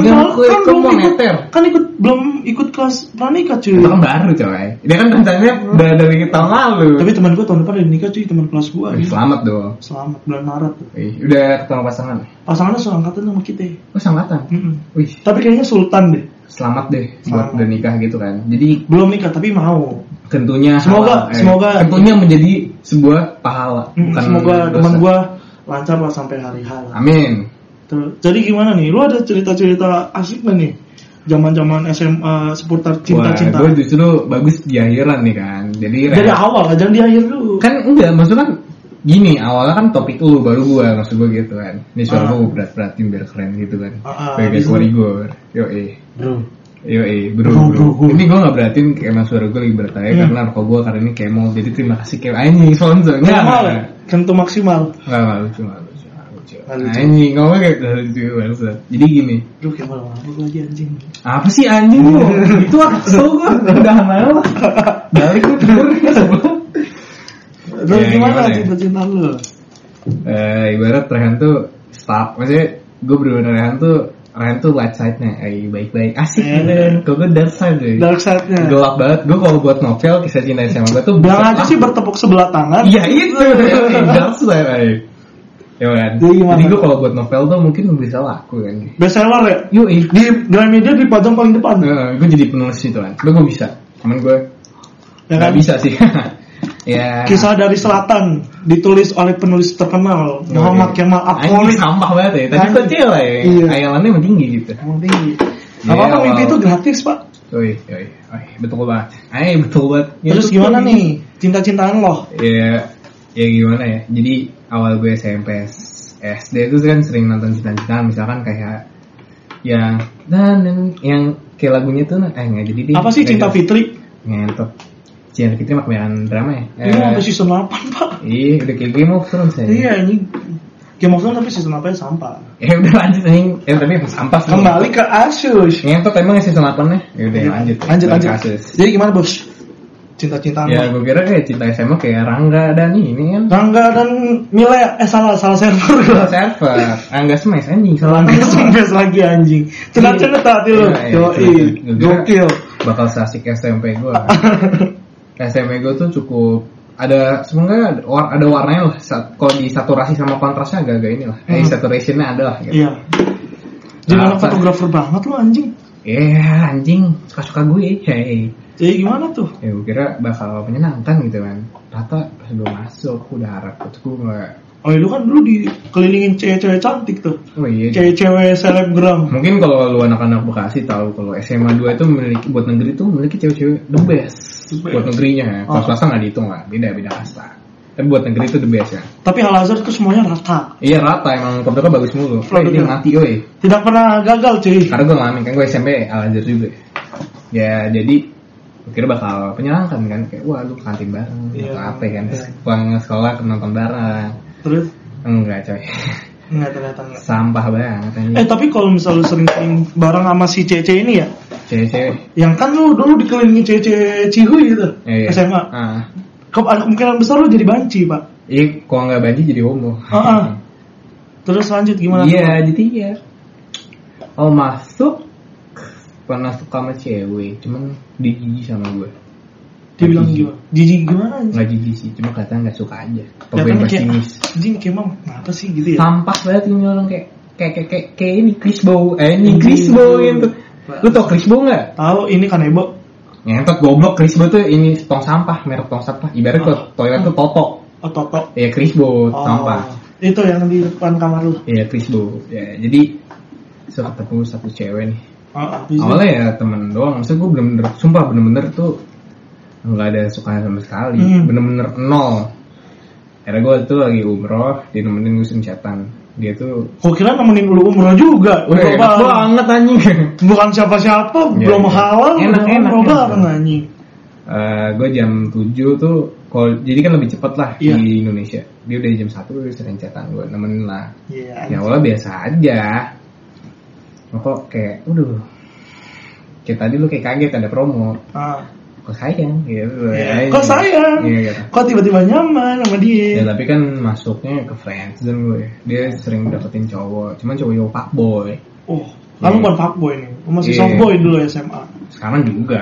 belum ikut kelas pranikah cuy. Itu kan baru coy. Dia kan rencananya udah dari tahun lalu. Tapi teman gue tahun depan udah nikah cuy, teman kelas gue. Selamat dong. Selamat bulan Maret tuh. Udah ketemu pasangan. Pasangannya seangkatan sama kita. Oh seangkatan. Wih. Tapi kayaknya sultan deh. Selamat deh buat udah nikah gitu kan. Jadi belum nikah tapi mau. Tentunya semoga tentunya menjadi sebuah pahala. Semoga teman gue lancar lah sampai hari H. Amin. Jadi gimana nih? Lu ada cerita-cerita asik gak nih? Zaman-zaman SMA seputar cinta-cinta. Gue justru bagus di akhiran nih kan. Jadi dari awal aja di akhir dulu. Kan enggak, maksudnya kan gini, awalnya kan topik lu baru gue, maksud gue gitu kan. Ini suara gue berat-beratin biar keren gitu kan. Kayak suara gue. Bro. Ini gue gak beratin kayak emang suara gue lagi berat aja karena rokok gue karena ini kemol. Jadi terima kasih kayak anjing sponsornya. Kentu maksimal. Enggak lucu. Anjing, ngomong kayak lucu banget. Jadi gini. Duh, kayak malu lagi anjing. Apa sih anjing lu? Itu kesel gue. Udah malu. Balik gue tidur. Terus gimana cinta-cinta lu? Ibarat Rehan tuh stop. Maksudnya gue bener-bener Rehan tuh light side-nya. Baik-baik. Asik kan. Kalau gue dark side deh. Dark side-nya. Gelap banget. Gue kalau buat novel kisah cinta sama gue tuh bilang aja sih bertepuk sebelah tangan. Iya itu. Dark side. Ya kan. Jadi gue kalau buat novel tuh mungkin bisa laku kan. Iya. Bestseller ya? Di Gramedia dipajang paling depan. Gue jadi penulis itu kan. Gue bisa. Cuman gue nggak bisa sih. Ya. Kisah dari Selatan ditulis oleh penulis terkenal Muhammad Kemal Akoli. Sampah banget ya. Tapi kecil lah ya. Ayalannya emang tinggi gitu. Emang tinggi. Apa mimpi itu gratis pak? Betul banget. Betul banget. Terus gimana nih cinta-cintaan lo? Ya gimana ya. Jadi awal gue SMP SD itu kan sering nonton cinta-cintaan, misalkan kayak yang kayak lagunya tuh nggak jadi deh. Apa sih Cinta Fitri? Ngentot. Cinta Fitri mah kebanyakan drama ya. Ini sampai season 8 pak. Iya udah kayak Game of Thrones ya. Iya ini Game of Thrones tapi season 8 sampah. Udah lanjut nih. Tapi sampah. Kembali ke Asus. Ngentot emang season 8-nya. Udah lanjut. Jadi gimana bos? Cinta-cintaan. Ya gue kira kayak cinta SMA kayak Rangga dan ini kan. Rangga dan Mila salah server. Salah server. Angga Smash anjing. Salah Angga Smash lagi anjing. Cerita hati lu. Gokil. Bakal seasik SMP gue. SMA gue tuh cukup ada sebenarnya ada warnanya lah. Kalau disaturasi sama kontrasnya agak-agak ini lah. Saturationnya ada lah. Gitu. Iya. Jadi anak fotografer banget lu anjing. Iya anjing suka-suka gue. Hey. Jadi gimana tuh? Ya gue kira bakal menyenangkan gitu kan. Ternyata pas gue masuk udah harap gue nggak. Oh itu kan dulu dikelilingin cewek-cewek cantik tuh. Oh iya. Cewek-cewek selebgram. Mungkin kalau lu anak-anak Bekasi tahu kalau SMA 2 itu memiliki buat negeri itu memiliki cewek-cewek the best. Buat negerinya. Kalau swasta nggak dihitung lah, beda kasta. Tapi buat negeri itu the best ya. Tapi Al Azhar tuh semuanya rata. Iya rata, emang produknya bagus mulu. Ini mati oi. Tidak pernah gagal cuy. Karena gue ngalamin kan gue SMP Al Azhar juga. Ya jadi gue kira bakal menyenangkan kan kayak wah lu kantin bareng atau apa kan. Pulang sekolah nonton bareng. Terus? Enggak coy. Enggak ternyata enggak. Sampah banget aja. Tapi kalau misalnya lu sering bareng sama si Cece ini ya. Cece. Yang kan lu dulu dikelilingi Cece Cihuy gitu. Iya. SMA. Kemungkinan besar lu jadi banci, Pak. Iya, kalau nggak banci jadi homo. Terus lanjut gimana? Iya, jadi ya. Oh masuk pernah suka sama cewek, cuman dijijik sama gue. Dia bilang gimana? Jijik gimana? Nggak jijik sih, cuma katanya nggak suka aja. Atau gue pesimis. Anjing kayak mam, kenapa sih gitu ya? Sampah banget ini orang kayak ini Chris Bow, ini Chris Bow gitu. Lu tau Chris Bow nggak? Tahu, ini Kanebo. Ngentot goblok, Chris Bow tuh ini tong sampah, merek tong sampah. Ibarat tuh toilet tuh Toto. Oh Toto. Iya Chris Bow sampah. Itu yang di depan kamar lu. Iya Chris Bow. Ya jadi suka ketemu satu cewek nih. Bisa. Awalnya ya temen doang, maksudnya gue bener-bener tuh nggak ada suka sama sekali, bener-bener nol. Karena gue tuh lagi umroh, dia nemenin gue chatan. Dia tuh kok kira nemenin lu umroh juga. Enak banget anjing. Bukan siapa-siapa, belum halal. Enak banget anjing. Gue jam 7 tuh jadi kan lebih cepet lah di Indonesia. Dia udah jam 1 udah sering chatan gue, nemenin lah. Ya awalnya biasa aja. Kok kayak kayak tadi lu kayak kaget ada promo. Kok sayang gitu. Kok sayang? Kok tiba-tiba nyaman sama dia? Ya tapi kan masuknya ke friendzone gue. Dia sering dapetin cowok, cuman cowok fuckboy. Oh, kamu bukan fuckboy nih. Masih softboy dulu SMA. Sekarang juga.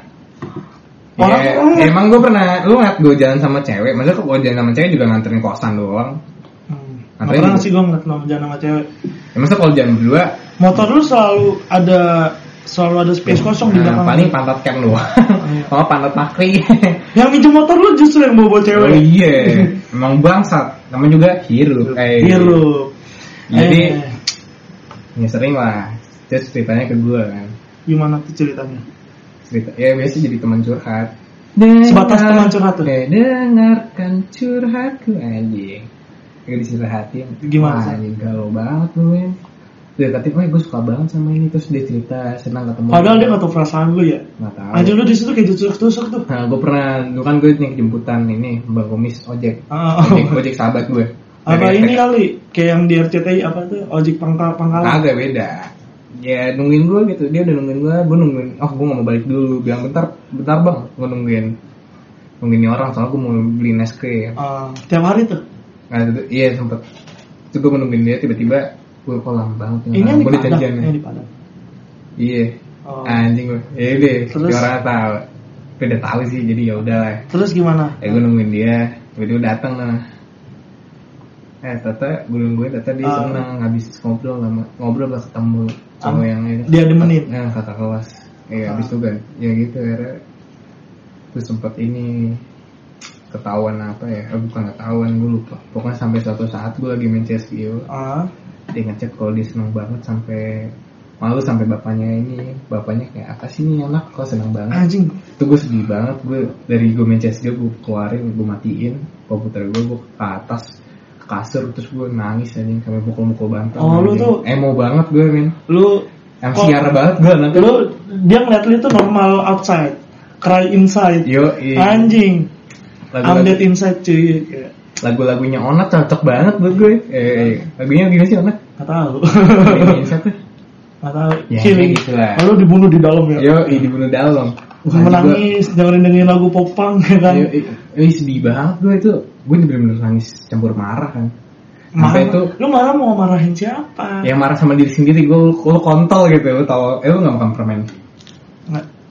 Emang gue pernah, lu ngeliat gue jalan sama cewek, maksudnya kok gue jalan sama cewek juga nganterin kosan doang. Gak pernah sih gue ngeliat jalan sama cewek. Ya maksudnya kalau jalan berdua, motor lu selalu ada space kosong di belakang. Paling pantat cam doang. Oh pantat makri. Yang minjem motor lu justru yang bawa cewek. Oh iya. Emang bangsat. Namanya juga hirup. Hirup. Jadi ya sering lah. Terus ceritanya ke gue kan. Gimana tuh ceritanya? Ya biasa jadi teman curhat. Sebatas teman curhat tuh. Dengarkan curhatku anjing. Gak diserahatin. Gimana? Anjing galau banget lu ya. Dia katanya, gue suka banget sama ini. Terus dia cerita senang ketemu. Padahal dia gak tau perasaan lu ya. Gak tau. Anjir lu disitu kayak tusuk-tusuk tuh. Nah gue pernah, dulu kan gue naik jemputan ini Bang Komis ojek. Ojek sahabat gue. Apa ini kali kayak yang di RCTI apa tuh ojek pangkalan. Agak beda. Ya nungguin gue gitu. Dia udah nungguin gue nungguin. Oh gue gak mau balik dulu. Bilang bentar bang. Gue nungguin ini orang soalnya gue mau beli Nescafe. Tiap hari tuh? Nah, iya sempet. Itu gue nungguin dia tiba-tiba gue kok lama banget. Ini yang di Padang. Iya. Anjing gue. Ya udah. Terus orang tahu. Gue udah tahu sih jadi ya udah lah. Terus gimana? Gue nungguin dia. Tiba-tiba datang lah. Tata gue nungguin dia senang habis ngobrol lah ketemu sama yang ini. Dia demenin. Kakak kelas. Habis itu kan. Ya gitu akhirnya. Terus sempet ini ketahuan apa ya? Bukan ketahuan gue lupa. Pokoknya sampai suatu saat gue lagi main CSGO. Dia ngechat kalau dia seneng banget sampai malu sampai bapaknya kayak apa sih nih anak kok seneng banget. Anjing. Itu gue sedih banget gue main CSGO gue keluarin gue matiin komputer gue ke atas ke kasur terus gue nangis anjing sampai mukul bantal. Lu tuh emo banget gue men. Lu siar banget gue nanti. Lu dia ngeliat lu tuh normal outside, cry inside. Yo anjing. I'm dead inside cuy. Lagu-lagunya Onat cocok banget buat gue. Lagunya gimana sih Onat? Gak tahu. Gak tahu. Ya, Killing. Lalu dibunuh di dalam ya. Yo, dibunuh dalam. Menangis, dengerin lagu popang kan. Sedih banget gue itu. Gue bener-bener nangis campur marah kan. Sampai itu. Lu marah mau marahin siapa? Yang marah sama diri sendiri. Gue kontol gitu. Lu tau? Lu gak makan permen? Nggak.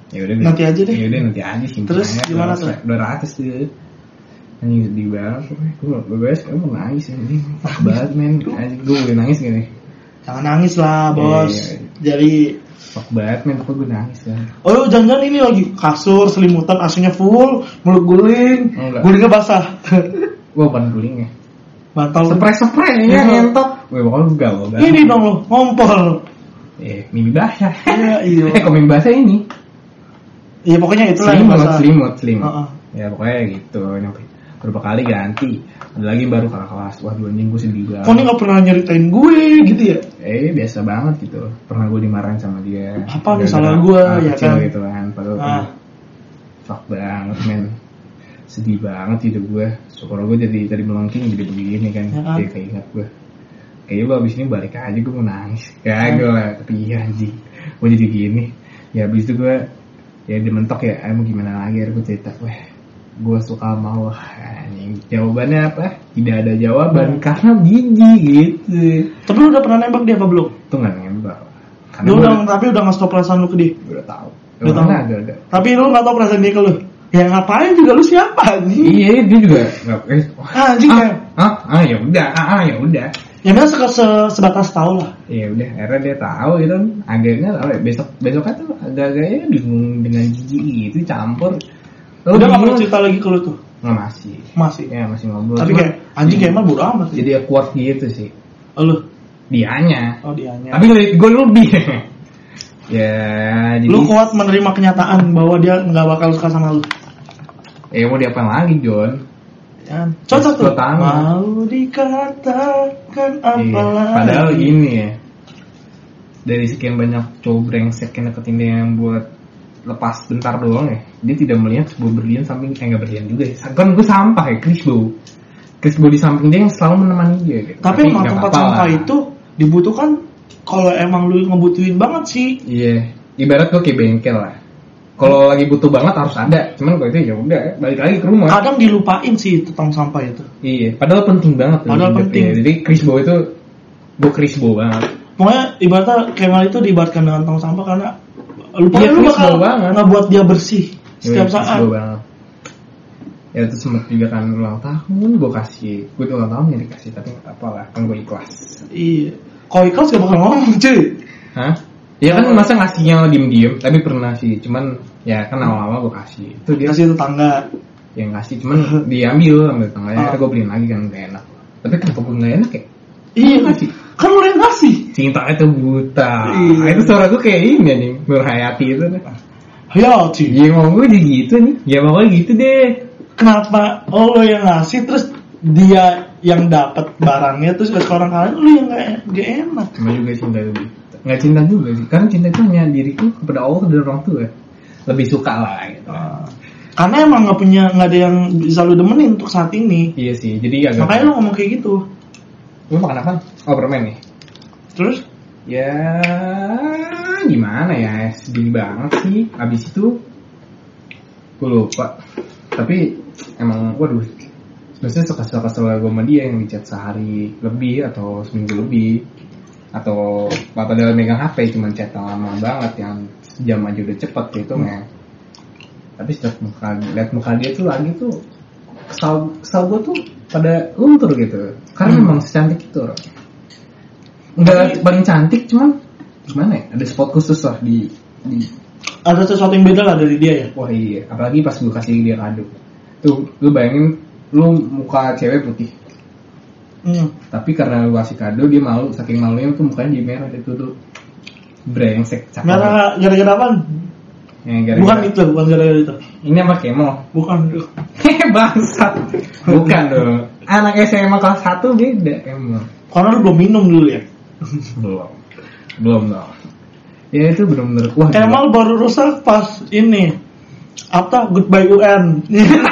Ya udah nanti aja deh. Ya udah nanti aja sih. Terus gimana tuh? 200 tuh. Anjing sedih banget. Gue sekarang mau nangis ini. Banget men. Anjing gue boleh nangis gini. Jangan nangis lah bos. Jadi fuck banget men, gue nangis lah. Oh jangan ini lagi kasur selimutan AC-nya full, mulut guling, gulingnya basah. Gue bukan guling ya. Bantal. Spray ya ngentot. Gue bakal enggak. Ini dong lo ngompol. Mimpi basah. Iya. Kok mimpi basah ini? Iya pokoknya itulah yang basah. Selimut. Ya pokoknya gitu. Nyampe berapa kali ganti. Ada lagi baru kakak kelas. Waduh anjing gue sedih banget. Kok ini gak pernah nyeritain gue gitu ya? Biasa banget gitu. Pernah gue dimarahin sama dia. Apa nih salah gue ya kan? Gitu kan. Padahal fuck banget men. Sedih banget hidup gue. Syukur gue jadi melengking jadi begini kan. Kayak ingat gue. Kayaknya gue abis ini balik aja gue mau nangis. Kagak lah. Tapi iya anjing. Gue jadi gini. Ya abis itu gue ya dimentok ya. Mau gimana lagi. Gue cerita. Gue suka mau anjing. Jawabannya apa? Tidak ada jawaban karena jijik gitu. Tapi lu udah pernah nembak dia apa belum? Itu nggak nembak. Lu tapi udah nggak stop perasaan lu ke dia? Udah tahu. Udah tahu. Ada. Tapi lu nggak tahu perasaan dia ke lu? Ya ngapain juga lu siapa anjing? Iya dia juga nggak. Anjing kan? Ya udah. Ya udah. Ya memang sebatas tahu lah. Ya udah. Akhirnya dia tahu gitu. Akhirnya besoknya tuh agak-agaknya bingung dengan jijik gitu campur. Udah gak pernah cerita lagi ke lu tuh? Nggak masih. Ya masih ngobrol. Tapi kayak anjing kayak emang bodo amat. Jadi awkward gitu sih. Lu? Dianya. Oh dianya. Tapi gue lebih. Ya jadi. Lu kuat menerima kenyataan bahwa dia nggak bakal suka sama lu? Mau diapain lagi John? Ya, cocok tuh. Mau dikatakan apa lagi? Padahal gini ya. Dari sekian banyak cowok brengsek yang deketin dia yang buat lepas bentar doang ya, dia tidak melihat sebuah berlian samping nggak berlian juga ya. Kan gue sampah ya, Krisbo di samping dia yang selalu menemani dia gitu. Tapi emang tempat sampah itu dibutuhkan kalau emang lu ngebutuhin banget sih. Iya, ibarat gue kayak bengkel lah. Kalau lagi butuh banget harus ada, cuman gue itu ya udah balik lagi ke rumah. Kadang dilupain sih tentang sampah itu. Iya, padahal penting banget. Padahal penting. Ya. Jadi Krisbo itu gue Krisbo banget. Pokoknya ibaratnya Kemal itu diibaratkan dengan tong sampah karena lupa lu bakal ngebuat dia bersih setiap saat. Ya itu sempet juga kan ulang tahun gue kasih, gue tuh ulang tahun yang dikasih tapi nggak apa lah kan gue ikhlas. Iya, kalau ikhlas gak bakal ngomong cuy. Hah? Ya kan masa ngasihnya diem-diem, tapi pernah sih, cuman ya kan awal-awal gue kasih. Itu dia kasih tetangga. Yang ngasih cuman diambil tetangganya, akhirnya gue beliin lagi kan gak enak. Tapi kenapa gue gak enak ya? Iya kasih. Kan lu yang kasih. Cinta itu buta. Iya. Itu suara gue kayak ini nih, Nur Hayati itu nih. Hayati. Ya ngomong gue jadi gitu nih. Ya pokoknya gitu deh. Kenapa lo yang ngasih terus dia yang dapat barangnya terus ke orang lain lu yang gak enak. Cuma juga cinta lebih. Nggak cinta juga sih. Karena cinta itu hanya diriku kepada Allah dan orang tua. Lebih suka lah gitu. Karena emang nggak ada yang bisa lu demenin untuk saat ini. Iya sih. Jadi agak. Makanya lu ngomong kayak gitu. Lu makan apa? Oh permen nih. Terus? Ya gimana ya, sedih banget sih. Abis itu gue lupa. Tapi emang waduh, sebenarnya kesel gue sama dia yang dicat sehari lebih atau seminggu lebih. Atau padahal megang HP cuma chat lama banget yang sejam aja udah cepet gitu ya. Tapi setiap lihat muka dia tuh lagi tuh kesal gue tuh pada luntur gitu. Karena memang secantik itu orang. Enggak paling cantik cuman gimana ya? Ada spot khusus lah di ada sesuatu yang beda lah dari dia ya. Wah iya, apalagi pas gue kasih dia kado. Tuh, lu bayangin lu muka cewek putih. Tapi karena lu kasih kado dia malu, saking malunya tuh mukanya jadi merah itu tuh. Brengsek cakep. Merah gara-gara apa? Bukan gara-gara itu. Ini apa kemo? Bukan. Bangsat. Bukan dong. Anak SMA kelas 1 beda kemo. Karena lu belum minum dulu ya? Belum dong. Ya itu benar-benar wah. Kemal baru rusak pas ini. Apa? Goodbye UN.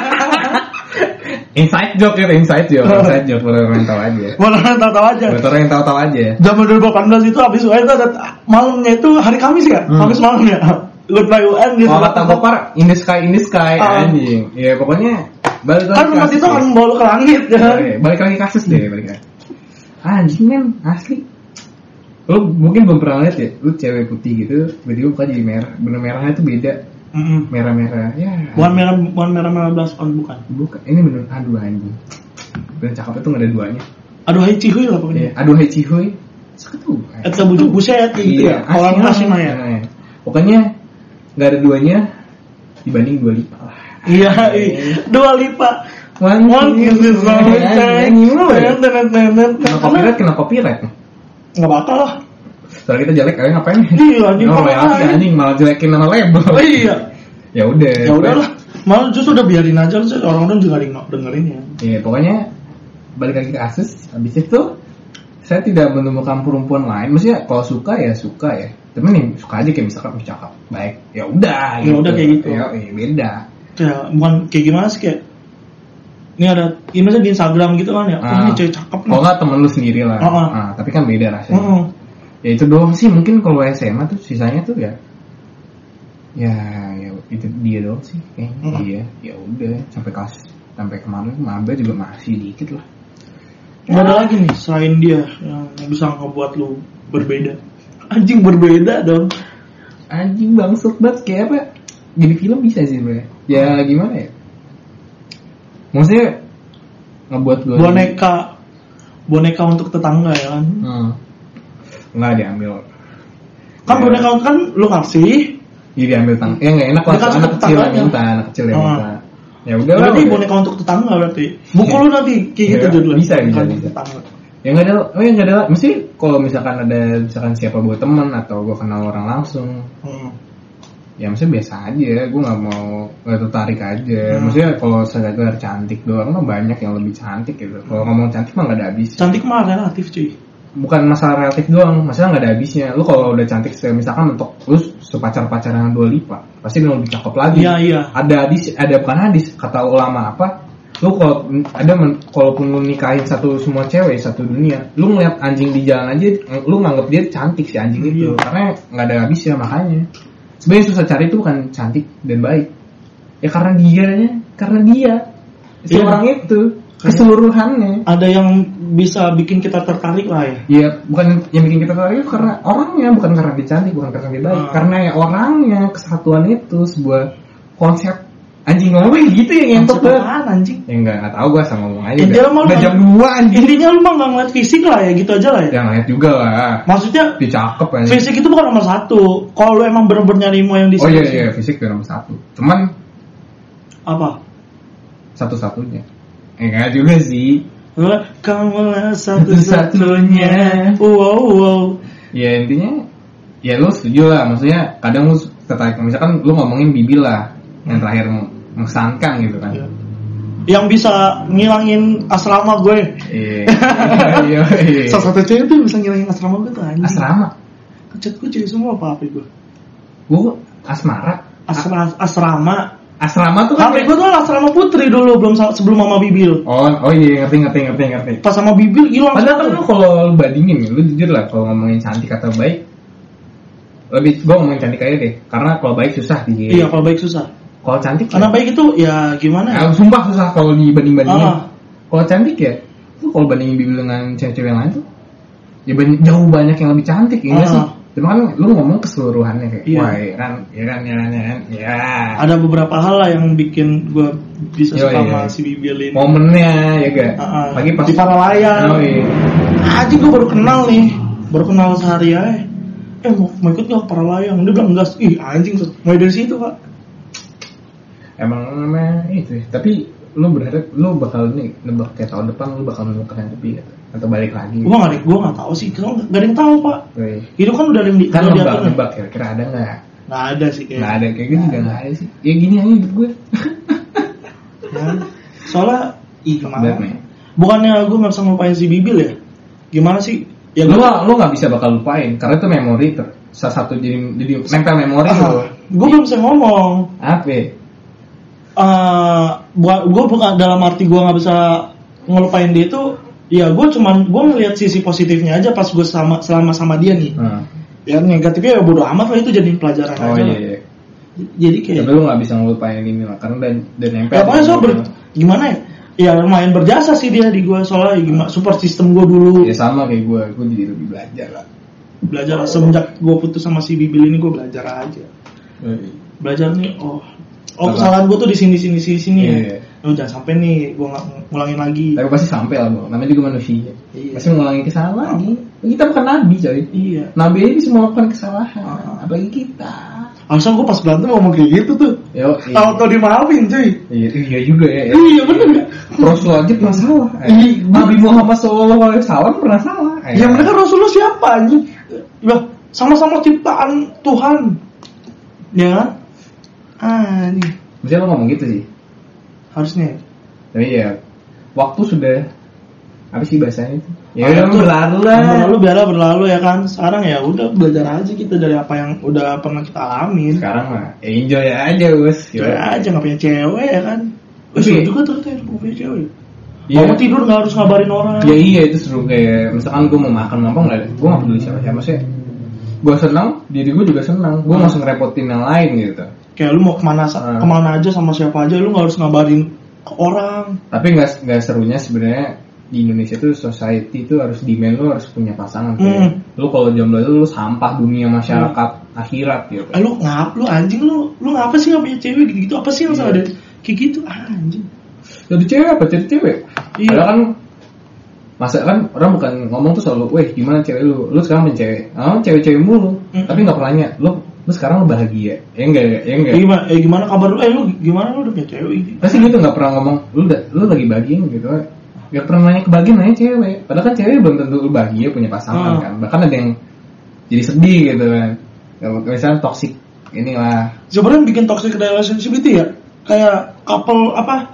Inside joke buat orang yang tahu aja. Buat orang yang tahu aja. Zaman 2018 itu habis UN itu ada malamnya itu hari Kamis ya? Kamis malam ya. Goodbye UN gitu. Oh kata Gopar in the sky anjing. Ya pokoknya balik lagi. Kan mas itu akan bawa ke langit ya. Balik lagi kasus deh balik lagi. Anjing men asli. Lu mungkin belum pernah lihat ya, lu cewek putih gitu, tiba-tiba bukan jadi merah, bener merahnya tuh beda. merah-merah ya. Bukan merah blast on, bukan. Ini bener, aduh anjing. Bener cakep itu nggak ada duanya. Aduh hai cihuy lah pokoknya. Iya, aduh hai cihuy. Seketu. Eta bujuk buset gitu ya. Orang asing mah ya. Pokoknya nggak ada duanya dibanding Dua Lipa. Iya, Dua Lipa. One is the Kena copyright. Nggak bakal lah. Setelah kita jelek kalian ngapain? Iya, anjing malah jelekin nama label. Oh iya. Ya udahlah. Malah justru udah biarin aja orang-orang juga dengerin ya. Iya, pokoknya balik lagi ke kasus. Habis itu saya tidak menemukan perempuan lain. Maksudnya kalau suka ya. Tapi nih suka aja kayak misalkan cakep, baik. Ya udah. Ya udah kayak gitu. Ya beda. Ya bukan kayak gimana sih kayak. Ini ada, ini misalnya di Instagram gitu kan ya. Ini cewek cakep nih. Kalau nggak temen lu sendiri lah. Tapi kan beda rasanya. Ya itu doang sih mungkin kalau SMA tuh sisanya tuh ya itu dia doang sih kayaknya. Iya, ya udah sampai kemarin maba juga masih dikit lah. Nggak ada lagi nih selain dia yang bisa ngebuat lu berbeda. Anjing berbeda dong. Anjing bangsat banget kayak apa? Jadi film bisa sih bro. Ya gimana ya? Maksudnya ngebuat gue boneka untuk tetangga ya kan? Nggak diambil. Kan ya. Boneka kan lu kasih. Iya diambil tang. Ya nggak enak lah. Anak kecil yang minta. Ya udah. Berarti boneka untuk tetangga berarti. Buku lu nanti kayak gitu judulnya. Bisa. Ya nggak ada. Nggak ada. Mesti kalau misalkan siapa buat teman atau gue kenal orang langsung. Ya maksudnya biasa aja, gue nggak tertarik aja. Maksudnya kalau sekedar cantik doang mah banyak yang lebih cantik gitu. Kalau ngomong cantik mah nggak ada habis. Cantik mah relatif cuy. Bukan masalah relatif doang, masalah nggak ada habisnya. Lu kalau udah cantik, misalkan untuk lu sepacar-pacaran Dua Lipa, pasti lu lebih cakep lagi. Iya. Ada bukan hadis kata ulama apa? Lu kalaupun lu nikahin semua cewek satu dunia, lu ngeliat anjing di jalan aja, lu nganggap dia cantik si anjing itu, karena nggak ada habisnya makanya. Sebenarnya susah cari itu bukan cantik dan baik. Ya karena dia seorang itu keseluruhannya. Ada yang bisa bikin kita tertarik lah ya. Iya, bukan yang bikin kita tertarik itu karena orangnya, bukan karena dia cantik, bukan karena dia baik. Karena ya orangnya, kesatuan itu sebuah konsep. Anjing ngomong gitu ya ngentot banget. Anjing. Ya enggak tahu gua asal ngomong aja. Udah jam 2 anjing. Intinya lu mah enggak ngeliat fisik lah ya, gitu aja lah ya. Ya ngeliat juga lah. Maksudnya dia cakep anjing. Fisik itu bukan nomor 1. Kalau lu emang bener-bener nyari yang di sini. Oh iya, fisik itu nomor 1. Cuman apa? Satu-satunya. Enggak juga sih. Kamulah satu-satunya. Wow. Ya intinya ya lu setuju lah. Maksudnya kadang lu tertarik, misalkan lu ngomongin Bibil lah, yang terakhir mengesankan gitu kan. Yang bisa ngilangin asrama gue. Iya. Salah satu cewek tuh bisa ngilangin asrama gue tuh anjing. Asrama? Chat gue cewek semua apa gue? Gue asmara. Asrama tuh kan. HP gue tuh asrama putri dulu sebelum Mama Bibil. Oh iya ngerti. Pas sama Bibil hilang. Padahal kan lu kalau bandingin, lu jujur lah kalau ngomongin cantik atau baik. Gue ngomongin cantik aja deh, karena kalau baik susah di. Iya, kalau baik susah. Kalau cantik karena baik itu ya gimana ya? Sumpah susah kalau dibanding-bandingin. Kalau cantik ya, lu kalau bandingin Bibil dengan cewek-cewek yang lain tuh ya jauh banyak yang lebih cantik ya sih. Cuma kan lu ngomong keseluruhannya kayak wah ya. Ada beberapa hal lah yang bikin gue bisa suka sama si Bibil ini. Momennya ya gak? Lagi pas di Paralayang. Gue baru kenal sehari aja. Mau ikut gak Paralayang? Dia bilang enggak. Anjing mulai dari situ Pak. Emang itu, tapi lu berharap lu bakal nebak kayak tahun depan lu bakal menemukan yang lebih atau balik lagi? Gua nggak tahu sih, nggak ada yang tahu Pak. Itu kan udah ada yang kan nebak kira-kira ada nggak? Nggak ada sih kayaknya. Nggak ada kayak gitu juga nggak ada sih. Ya gini aja hidup gue. Soalnya gimana? Bukannya gue nggak bisa ngelupain si Bibil ya? Gimana sih? Ya lu nggak bisa bakal lupain karena itu memori salah satu jadi nempel memori tuh. Gue belum bisa ngomong. Apa? Gue bukan dalam arti gue nggak bisa ngelupain dia itu. Ya gue ngeliat sisi positifnya aja pas gue selama sama dia nih. Ya negatifnya ya bodo amat lah, itu jadi pelajaran aja. Iya. Jadi kayak. Tapi lu nggak bisa ngelupain ini lah karena dan nempel. Ya pokoknya gimana ya? Ya lumayan berjasa sih dia di gue soalnya gimana support system gue dulu. Ya sama kayak gue jadi lebih belajar lah. Semenjak gue putus sama si Bibil ini gue belajar aja. belajar nih. Kesalahan gue tuh di sini ya. Jangan sampai nih gue ngulangin lagi. Tapi pasti sampai lah, Bro. Namanya juga manusia. Iya. Pasti ngulangi kesalahan. Kita bukan nabi, coy. Iya. Nabi aja bisa melakukan kesalahan. Apalagi kita. Asal gue pas berantem ngomong kayak gitu tuh. Auto dimaafin, cuy. Iya juga ya. Iya bener. Rasul aja pernah salah. Nabi Muhammad SAW pernah salah. Ya mereka Rasulullah siapa anjing? Sama-sama ciptaan Tuhan. Ya kan? Nih. Maksudnya lo ngomong gitu sih. Harusnya. Tapi ya waktu sudah apa sih bahasanya itu? Ya udah berlalu lah. Berlalu ya kan. Sekarang ya udah belajar aja kita dari apa yang udah pernah kita alamin. Sekarang mah enjoy aja, Bos. Enjoy aja nggak punya cewek ya kan. Seru juga ternyata yang punya cewek. Iya. Mau tidur nggak harus ngabarin orang. Ya iya itu seru, kayak misalkan gue mau makan apa nggak, gue nggak peduli siapa sih. Gue senang, diri gue juga senang. Gue nggak usah ngerepotin yang lain gitu. Kayak lu mau kemana aja sama siapa aja, lu nggak harus ngabarin ke orang. Tapi nggak serunya sebenarnya di Indonesia tuh society tuh harus demand lu harus punya pasangan. Kayak lu kalau jomblo itu lu sampah dunia masyarakat akhirat gitu. Lu anjing lu ngapa sih nggak punya cewek gitu? Apa sih yang salah ada kayak gitu anjing? Jadi cewek. Iya. Padahal kan masa kan orang bukan ngomong tuh selalu, weh gimana cewek lu sekarang punya cewek, cewek mulu, tapi nggak pernah nanya, lu sekarang lu bahagia, ya enggak. Gimana kabar lu? Lu gimana lu udah punya cewek gitu? Pasti gitu nggak pernah ngomong, lu lagi bahagia gitu, nggak pernah nanya kebahagiaan, nanya cewek, padahal kan cewek belum tentu lu bahagia punya pasangan kan, bahkan ada yang jadi sedih gitu kan, misalnya toxic inilah. Sebenarnya bikin toxic relationship itu ya, kayak couple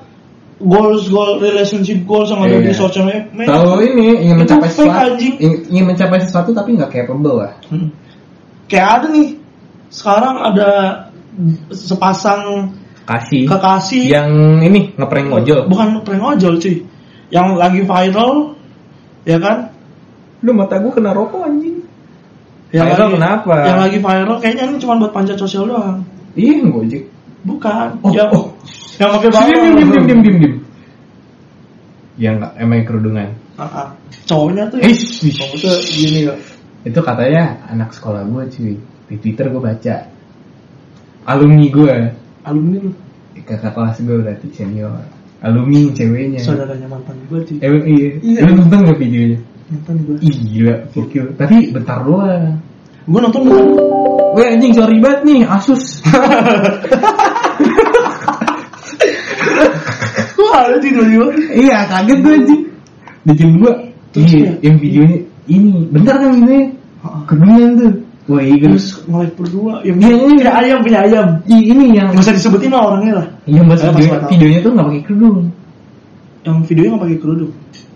relationship goals yang ada di sosial media. Tahu ini ingin mencapai sesuatu tapi nggak capable lah. Kayak ada nih sekarang ada sepasang kekasih yang ini ngeprank ojol. Bukan ngeprank ojol cuy, yang lagi viral ya kan. Lu mata gue kena rokok anjing. Viral kenapa? Yang lagi viral kayaknya ini cuma buat panjat sosial doang. Iya Gojek. Bukan. Yang pakai balon. Diam. Ya enggak, emang kerudungan. Cowoknya tuh cowoknya gini ya. Itu katanya anak sekolah gue cuy. Di Twitter gue baca. Alumni lu? Kakak kelas gue berarti senior. Alumni ceweknya. Saudaranya mantan gue cuy. Iya. Lu nonton gak videonya? Nonton gue. Gila, gokil. Tapi bentar doang. Gue nonton bukan. Weh anjing sorry banget nih, Asus. Ada tiba-tiba. Iya kaget gue anjing. Bikin gue. Iya yang videonya ini. Bentar kan ini. Kedunian tuh. Wah iya terus nge-live berdua. Yang punya ayam. Ini yang nggak usah disebutin lah orangnya lah. Iya mas videonya tuh nggak pakai kerudung. Yang videonya nggak pakai kerudung.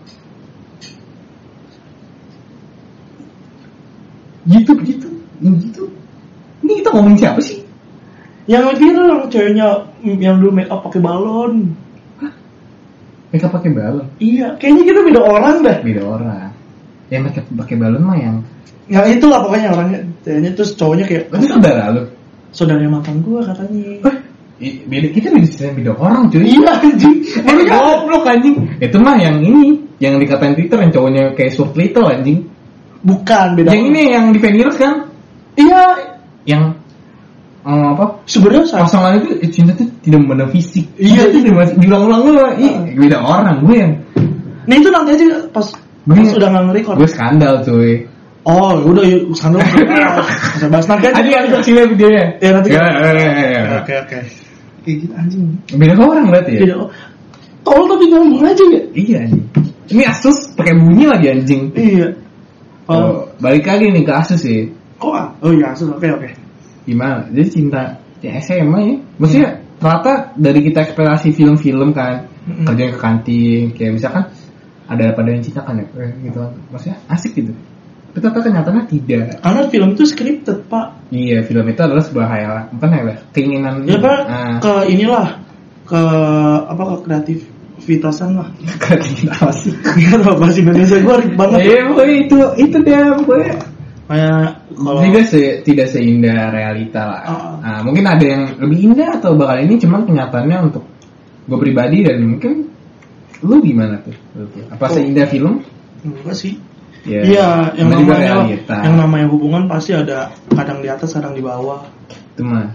Gitu. Ini kita ngomong siapa sih? Yang viral ceweknya yang dulu make up pakai balon. Make up pakai balon? Iya, kayaknya kita beda orang dah. Beda orang. Yang make up pakai balon mah yang itulah pokoknya orangnya. Ceweknya terus cowoknya kayak. Itu saudara lu? Saudaranya mantan gua katanya. Kita beda orang cuy. Iya anjing. Ini goblok anjing. Itu mah yang ini, yang dikatain Twitter yang cowoknya kayak short little anjing. Bukan, beda. Yang ini yang di Venus kan? Iya. Yang apa? Sebenarnya pasangan itu cinta itu tidak memandang fisik. Iya itu diulang-ulang lu. Beda orang gue yang. Nah itu nanti aja pas udah nggak nge-record. Gue skandal cuy. Oh udah yuk skandal. Masa bahas nanti aja. Ada kecilnya videonya. Ya nanti. Oke. Kayak gitu anjing. Beda orang berarti ya. Beda. Tolol tapi ngomong aja ya. Iya anjing. Ini Asus pakai bunyi lagi anjing. Iya. Balik lagi nih ke Asus sih. Oh iya Asus. Oke. Gimana? Jadi cinta ya SMA ya. Maksudnya ternyata dari kita ekspektasi film-film kan, kerja ke kantin, kayak misalkan ada pada yang cinta kan ya, gitu. Maksudnya asik gitu. Tapi ternyata kenyataannya tidak. Karena film itu scripted pak. Iya, film itu adalah sebuah hayalan, bukan hayalan, keinginan. Ya pak, ke inilah, ke kreativitasan lah. Kreativitas. Gak tau bahasa Indonesia gue ribet banget. Iya, itu dia, pokoknya. Kayak kalau tidak seindah realita lah. Nah, mungkin ada yang lebih indah atau bakal ini, cuman kenyataannya untuk gue pribadi dan mungkin lu gimana tuh? Apa seindah film? Enggak sih. Iya, yang namanya hubungan pasti ada kadang di atas, kadang di bawah. Itu mah.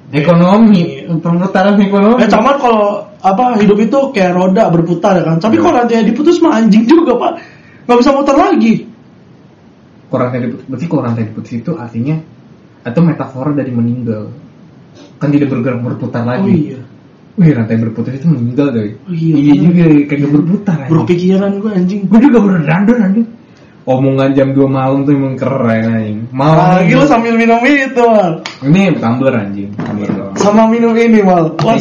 Ekonomi, perputaran ekonomi. Cuman kalau hidup itu kayak roda berputar ya kan. Tapi kalau rantainya diputus mah anjing juga Pak, nggak bisa muter lagi. Berarti kalau rantai diputus itu artinya atau metafora dari meninggal, kan tidak bergerak berputar lagi. Oh iya. Wih, rantai berputus itu meninggal doi. Oh, iya juga kagak berputar. Berpikiran gue anjing. Gue juga berdandan anjing. Omongan jam 2 malam tuh emang keren anjing. Lagi lu sambil minum itu Mal. Ini tumbler anjing, tumbler doang. Sama minum ini Mal. Wah,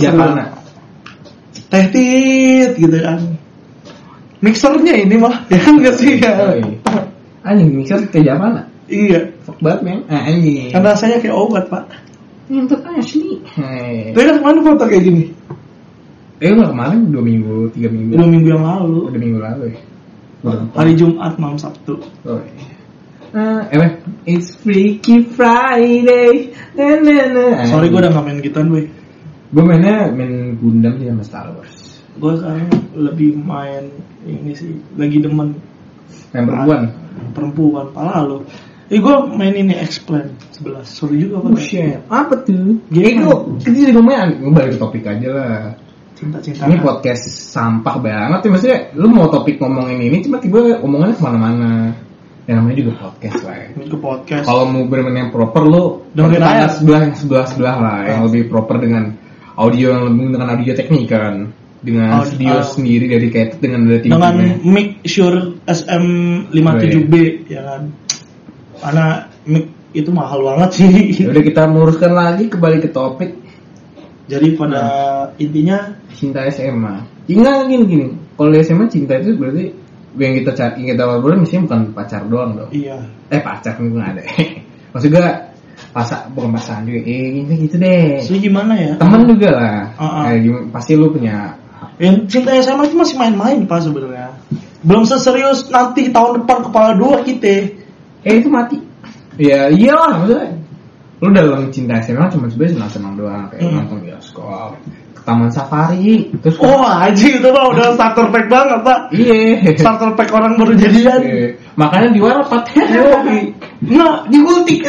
teh tit gitu kan. Mixernya ini mah ya kan enggak sih ya. Anjing mixer kayak mana? Iya. Fuck banget men. Anjing. Kan rasanya kayak obat Pak. Untuk asli. Tapi kan kemana foto kayak gini? Enggak kemarin 2 minggu, 3 minggu. 2 minggu yang lalu. 2 minggu lalu ya. Hari Jumat malam Sabtu. Oh iya. It's Freaky Friday. Sorry gue udah gak main gituan gue. Gue main Gundam sih sama Star Wars. Gue sekarang lebih main ini sih, lagi demen. Main perempuan, pala lo. Gue main ini X-Plan 11. Sorry juga Pak. Shit. Apa tuh? Jadi kita jadi ngomongin, gue balik ke topik aja lah. Cinta-cinta. Ini podcast sampah banget ya, maksudnya lu mau topik ngomongin ini cuma tiba omongannya kemana-mana. Ya namanya juga podcast lah ya. Itu podcast. Kalau mau bener-bener yang proper lu dengerin aja sebelah lah yang lebih proper dengan audio yang lebih dengan audio teknik kan. Dengan studio sendiri dedicated dengan ada dengan mic Shure SM57B ya kan. Karena mic itu mahal banget sih. Udah kita meluruskan lagi kembali ke topik. Jadi pada intinya cinta SMA. Enggak gini. Kalau di SMA cinta itu berarti yang kita cari, yang kita lakukan misalnya bukan pacar doang dong. Iya. Pacar kan nggak ada. Maksud gue bukan pasangan juga. Gitu deh. So gimana ya? Temen juga lah. Pasti lu punya. Yang cinta SMA itu masih main-main Pak sebenarnya. Belum seserius nanti tahun depan kepala 2 kita. Itu mati. Ya iyalah maksudnya. Lu dalam cinta SMA cuma sebenarnya senang doang kayak nonton bioskop, ke taman safari, terus anjing itu mah udah starter pack banget Pak. Iya. Starter pack orang baru jadian. Makanya di Warpat. Nah, di Gultik.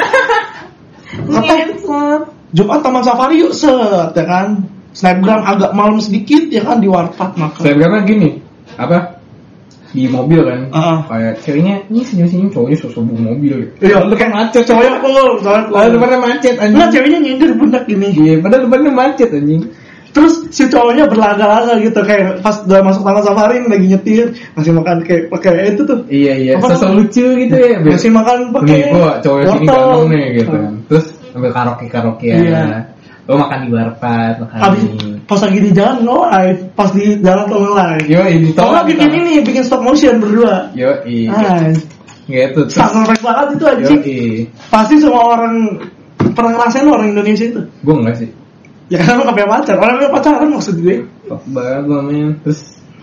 Jumat taman safari yuk set ya kan. Snapgram agak malam sedikit ya kan di Warpat maka. Snapgramnya gini, di mobil kan, kayak ceweknya ini senyum-senyum, cowoknya sosok mobil. Iya, lu kan macet cowoknya pukul, soalnya depannya macet anjing. Nah, ceweknya nyindir pundak gini. Iya, padahal depannya macet anjing. Terus si cowoknya berlaga-laga gitu kayak pas udah masuk taman safari lagi nyetir, masih makan kayak pakai itu tuh. Iya, sosok lucu gitu ya. Masih makan pakai. Gua cowok sini Bandung nih gitu kan. Terus ambil karaoke ya. Iya. Lo makan di Warpat, pas lagi di jalan live, pas di jalan tuh live. Yo, ini tolong bikin stop motion berdua. Yo, gitu. Sangat perfect banget itu aja. Pasti semua orang pernah ngerasain orang Indonesia itu. Gue enggak sih. Ya kan lo gak punya pacar, orang punya pacaran maksud gue. Banget lo men. Terus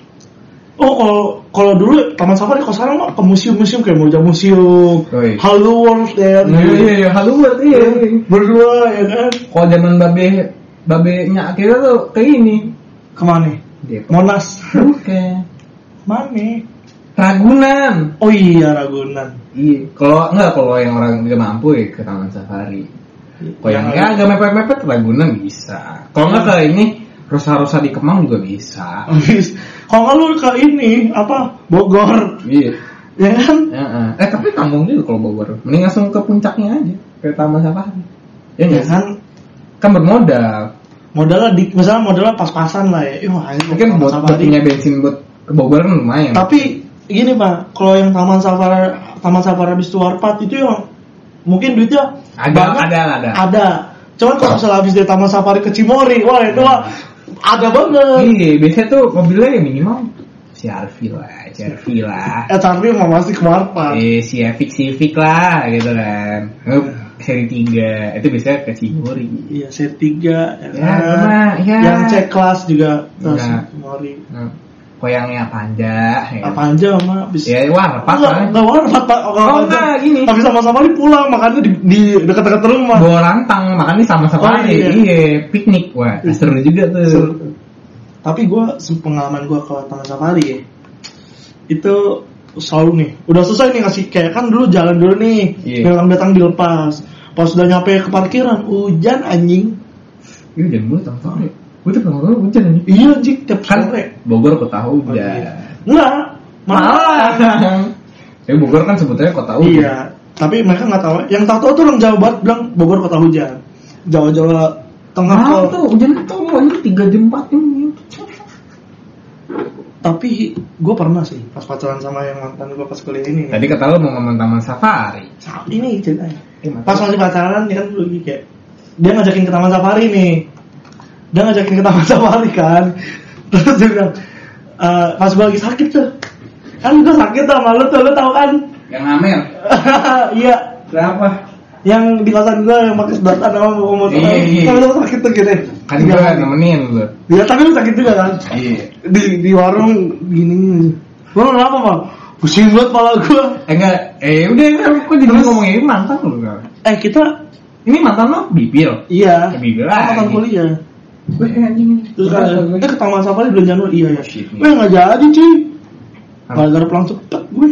kalau dulu taman safari, kalau sekarang mah ke museum kayak Moja Museum, Hello World ya. Iya, Hello World iya. Berdua ya kan. Kalau zaman babenya akhirnya tuh kayak ini. Kemana? Monas. Bukan. Mana? Ragunan. Oh iya Ragunan. Iya. Kalau yang orang nggak mampu ya ke taman safari. Kalau yang nggak mepet-mepet Ragunan bisa. Kalau nggak kayak ini Rosa di Kemang juga bisa. Kalau nggak lu ke ini Bogor. Iya. Ya kan? Tapi kampung juga kalau Bogor. Mending langsung ke puncaknya aja, ke taman safari. Ya kan? Kan bermodal. Modalnya pas-pasan lah ya. Mungkin buat punya bensin buat ke Bogor kan lumayan. Tapi gini Pak, kalau yang taman safari habis itu Warpat itu yang mungkin duitnya ada. Cuman kalau misalnya habis dari taman safari ke Cimory, wah itu mah ada banget. Iya, biasanya tuh mobilnya ya minimal CR-V lah. CR-V mah masih ke Warpat. Civic lah gitu kan. Seri 3 itu biasanya ke Cimory. Iya, seri 3 ya. Yang C-Class juga terus Cimory. Koyangnya Panja. Panja mah bisa. Ya Warpat lah. Enggak Warpat Pak. Enggak gini. Tapi sama-sama pulang makannya di dekat-dekat rumah. Bawa rantang makannya sama-sama. Iya, piknik. Wah, seru juga tuh. Seru. Tapi pengalaman gue ke taman safari ya. Itu selalu nih. Udah selesai nih ngasih kayak kan dulu jalan dulu nih. Datang dilepas. Pas udah nyampe ke parkiran, hujan anjing. Ini hujan mulu sore. Gue tuh kalau hujan aja. Iya anjing tiap sore. Bogor kota hujan. Enggak, Malang. Bogor kan sebetulnya kota hujan. Iya, tapi mereka nggak tahu. Yang tahu tuh orang Jawa Barat bilang Bogor kota hujan. Jawa Tengah tuh hujan tuh ini 3 jam 4 jam. Tapi gue pernah sih pas pacaran sama yang mantan gue pas kuliah ini. Tadi kata lo mau ngomong taman safari. Ini ceritanya. Pas masih pacaran dia kan dulu kayak dia ngajakin ke taman safari nih. Dia ngajakin ke taman safari kan. Terus dia bilang pas gue lagi sakit tuh. Kan gue sakit tuh malu tuh, lo tau kan? Yang ngamer. Iya. Kenapa? Yang di kosan gue yang pakai sedotan sama motor. Iya. Kalau lo sakit tuh gitu. Kan gue nemenin lo. Ya tapi lu sakit juga kan? Iya. Di warung gini. Lo kenapa bang? Pusing banget pala gue. Enggak. Udah kok jadi ngomongin mantan lo kan? Kita ini mantan lo bibir. Iya. Bibir mantan kuliah. Gue anjing. Terus ke taman safari bulan Januari. Iya ya. Gue nggak jadi cuy. Gara-gara pulang cepet gue.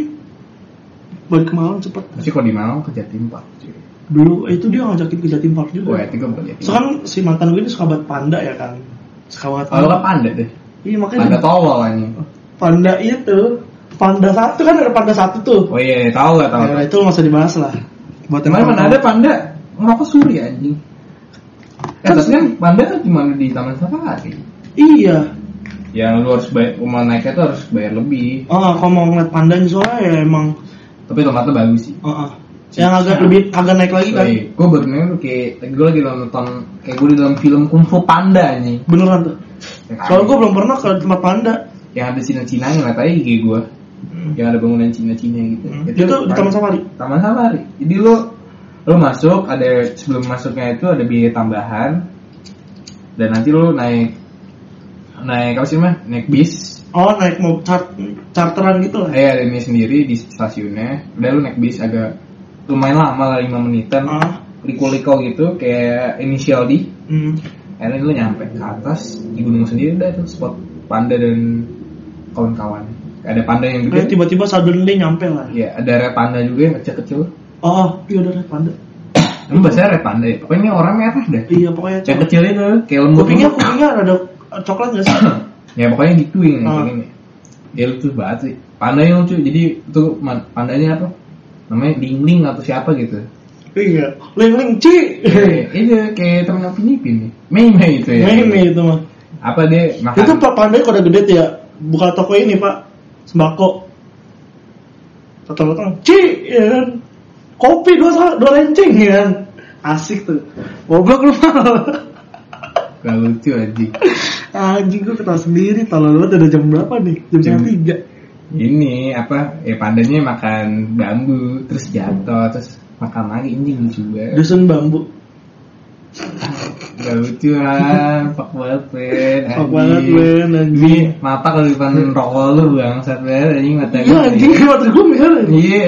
Balik ke Malang cepet. Masih kok di Malang ke Jatim Park cuy. Dulu itu dia ngajakin ke Jatim Park juga. Wah, itu gue ke Jatim. So kan si mantan gue ini suka banget panda ya kan. Suka banget. Kalau kan panda deh. Iya makanya. Panda tolol anjing. Panda itu. Panda 1 kan ada panda 1 tuh. Oh iya, tahu lah tahu. Nah, itu nggak usah dibahas lah. Buat mana ada panda ngerokok suri anjing. Tapi kan panda cuma di taman safari. Iya. Yang lu harus bayar, mau naiknya tuh harus bayar lebih. Kalau mau ngeliat pandanya soalnya ya emang. Tapi tempatnya bagus sih. Yang agak naik lagi kan. Gue baru nengok kayak gue lagi nonton kayak gue di dalam film Kung Fu Panda nih. Beneran tuh. Soalnya gue belum pernah ke tempat panda. Yang ada Cina-Cina yang katanya kayak gue. Yang ada bangunan Cina-Cina gitu. Itu di Taman Safari. Taman Safari. Jadi lu masuk, ada sebelum masuknya itu ada biaya tambahan. Dan nanti lu naik apa sih mah? Naik bis. Oh, naik mau charteran gitu lah. Ada ini sendiri di stasiunnya. Udah lu naik bis agak lumayan lama lah, 5 menitan. Liko-liko gitu kayak inisial D. Akhirnya lu nyampe ke atas di gunung sendiri, udah tuh spot panda dan kawan-kawan. Ada panda yang gede. Tiba-tiba suddenly nyampe lah. Iya, ada red panda juga yang kecil-kecil. Iya ada red panda. Ini bahasa red panda ya? Pokoknya orang merah dah. Iya, pokoknya yang kecil itu, kayak lembut. Kupingnya ada coklat gak sih? Ya pokoknya gitu yang ini. Dia lucu banget sih. Pandanya lucu, jadi itu pandanya apa? Namanya Ling atau siapa gitu. Iya, Ling Ci. Itu kayak temen Filipin nih. Mei itu ya. Mei itu mah. Apa dia makan? Itu Pak pandanya kok udah gede tuh ya. Buka toko ini Pak, sembako. Datang Ci, ya kan. Kopi 2 lenceng ya kan. Asik tuh. Goblok lu mal. Gak lucu anjing. Anjing gue ketawa sendiri. Tolong lu udah jam berapa nih? Jam 3. Ini apa? Pandanya makan bambu terus jatuh terus makan lagi, anjing lucu banget. Dusun bambu. Gak lucu lah, pak banget men. Pak banget men. Ini mata kalau di depan rokok lu bangsat banget anjing mata gue. Iya anjing mata gue merah. Iya.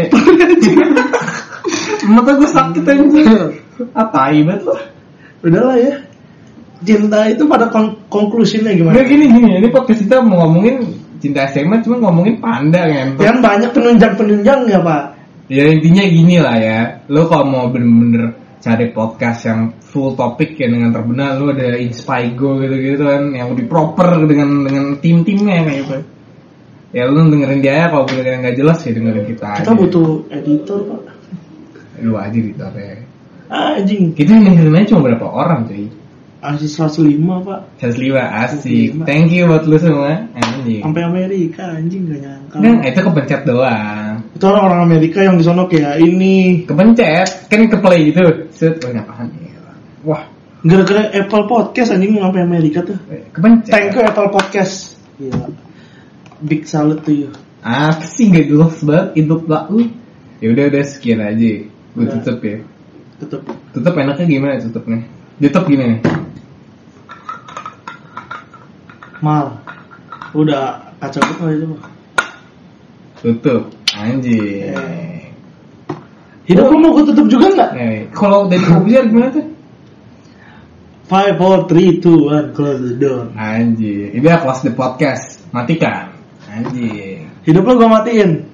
Mata gue sakit anjing. Apa ibat lu? Udahlah ya. Cinta itu pada konklusinya gimana? Nah gini, ini podcast kita mau ngomongin cinta SMA cuma ngomongin panda kan. Yang banyak penunjang ya Pak. Ya intinya gini lah ya. Lo kalau mau bener-bener cari podcast yang full topik ya dengan terbenar, lo ada Inspigo gitu-gitu kan, yang lebih proper dengan tim-timnya kayak gitu. Ya lo dengerin dia ya, kalau bener nggak jelas ya dengerin kita aja. Kita butuh editor Pak. Lu aja editornya. Anjing. Kita dengerin aja cuma berapa orang cuy? Asik 105 Pak. 105 asik. Thank you buat lu semua. Anjing. Sampai Amerika anjing gak nyangka. Nah, itu kepencet doang. Itu orang Amerika yang di sono kayak ini. Kepencet, kan ke play gitu. Set, apaan ya? Wah, gara-gara Apple Podcast anjing sampai Amerika tuh. Kepencet. Thank you Apple Podcast. Iya. Big salute to you. Apa sih gak jelas banget hidup lu? Ya udah sekian aja. Gue tutup ya. Tutup enaknya gimana tutupnya? Tutup gini nih. Mal, udah kacau banget itu. Tutup, anjing. Hidup lu mau gue tutup juga nggak? Kalau dari komputer gimana tuh? 5, 4, 3, 2, 1, close the door. Anjing, ini close the podcast. Matikan. Anjing. Hidup lu gue matiin.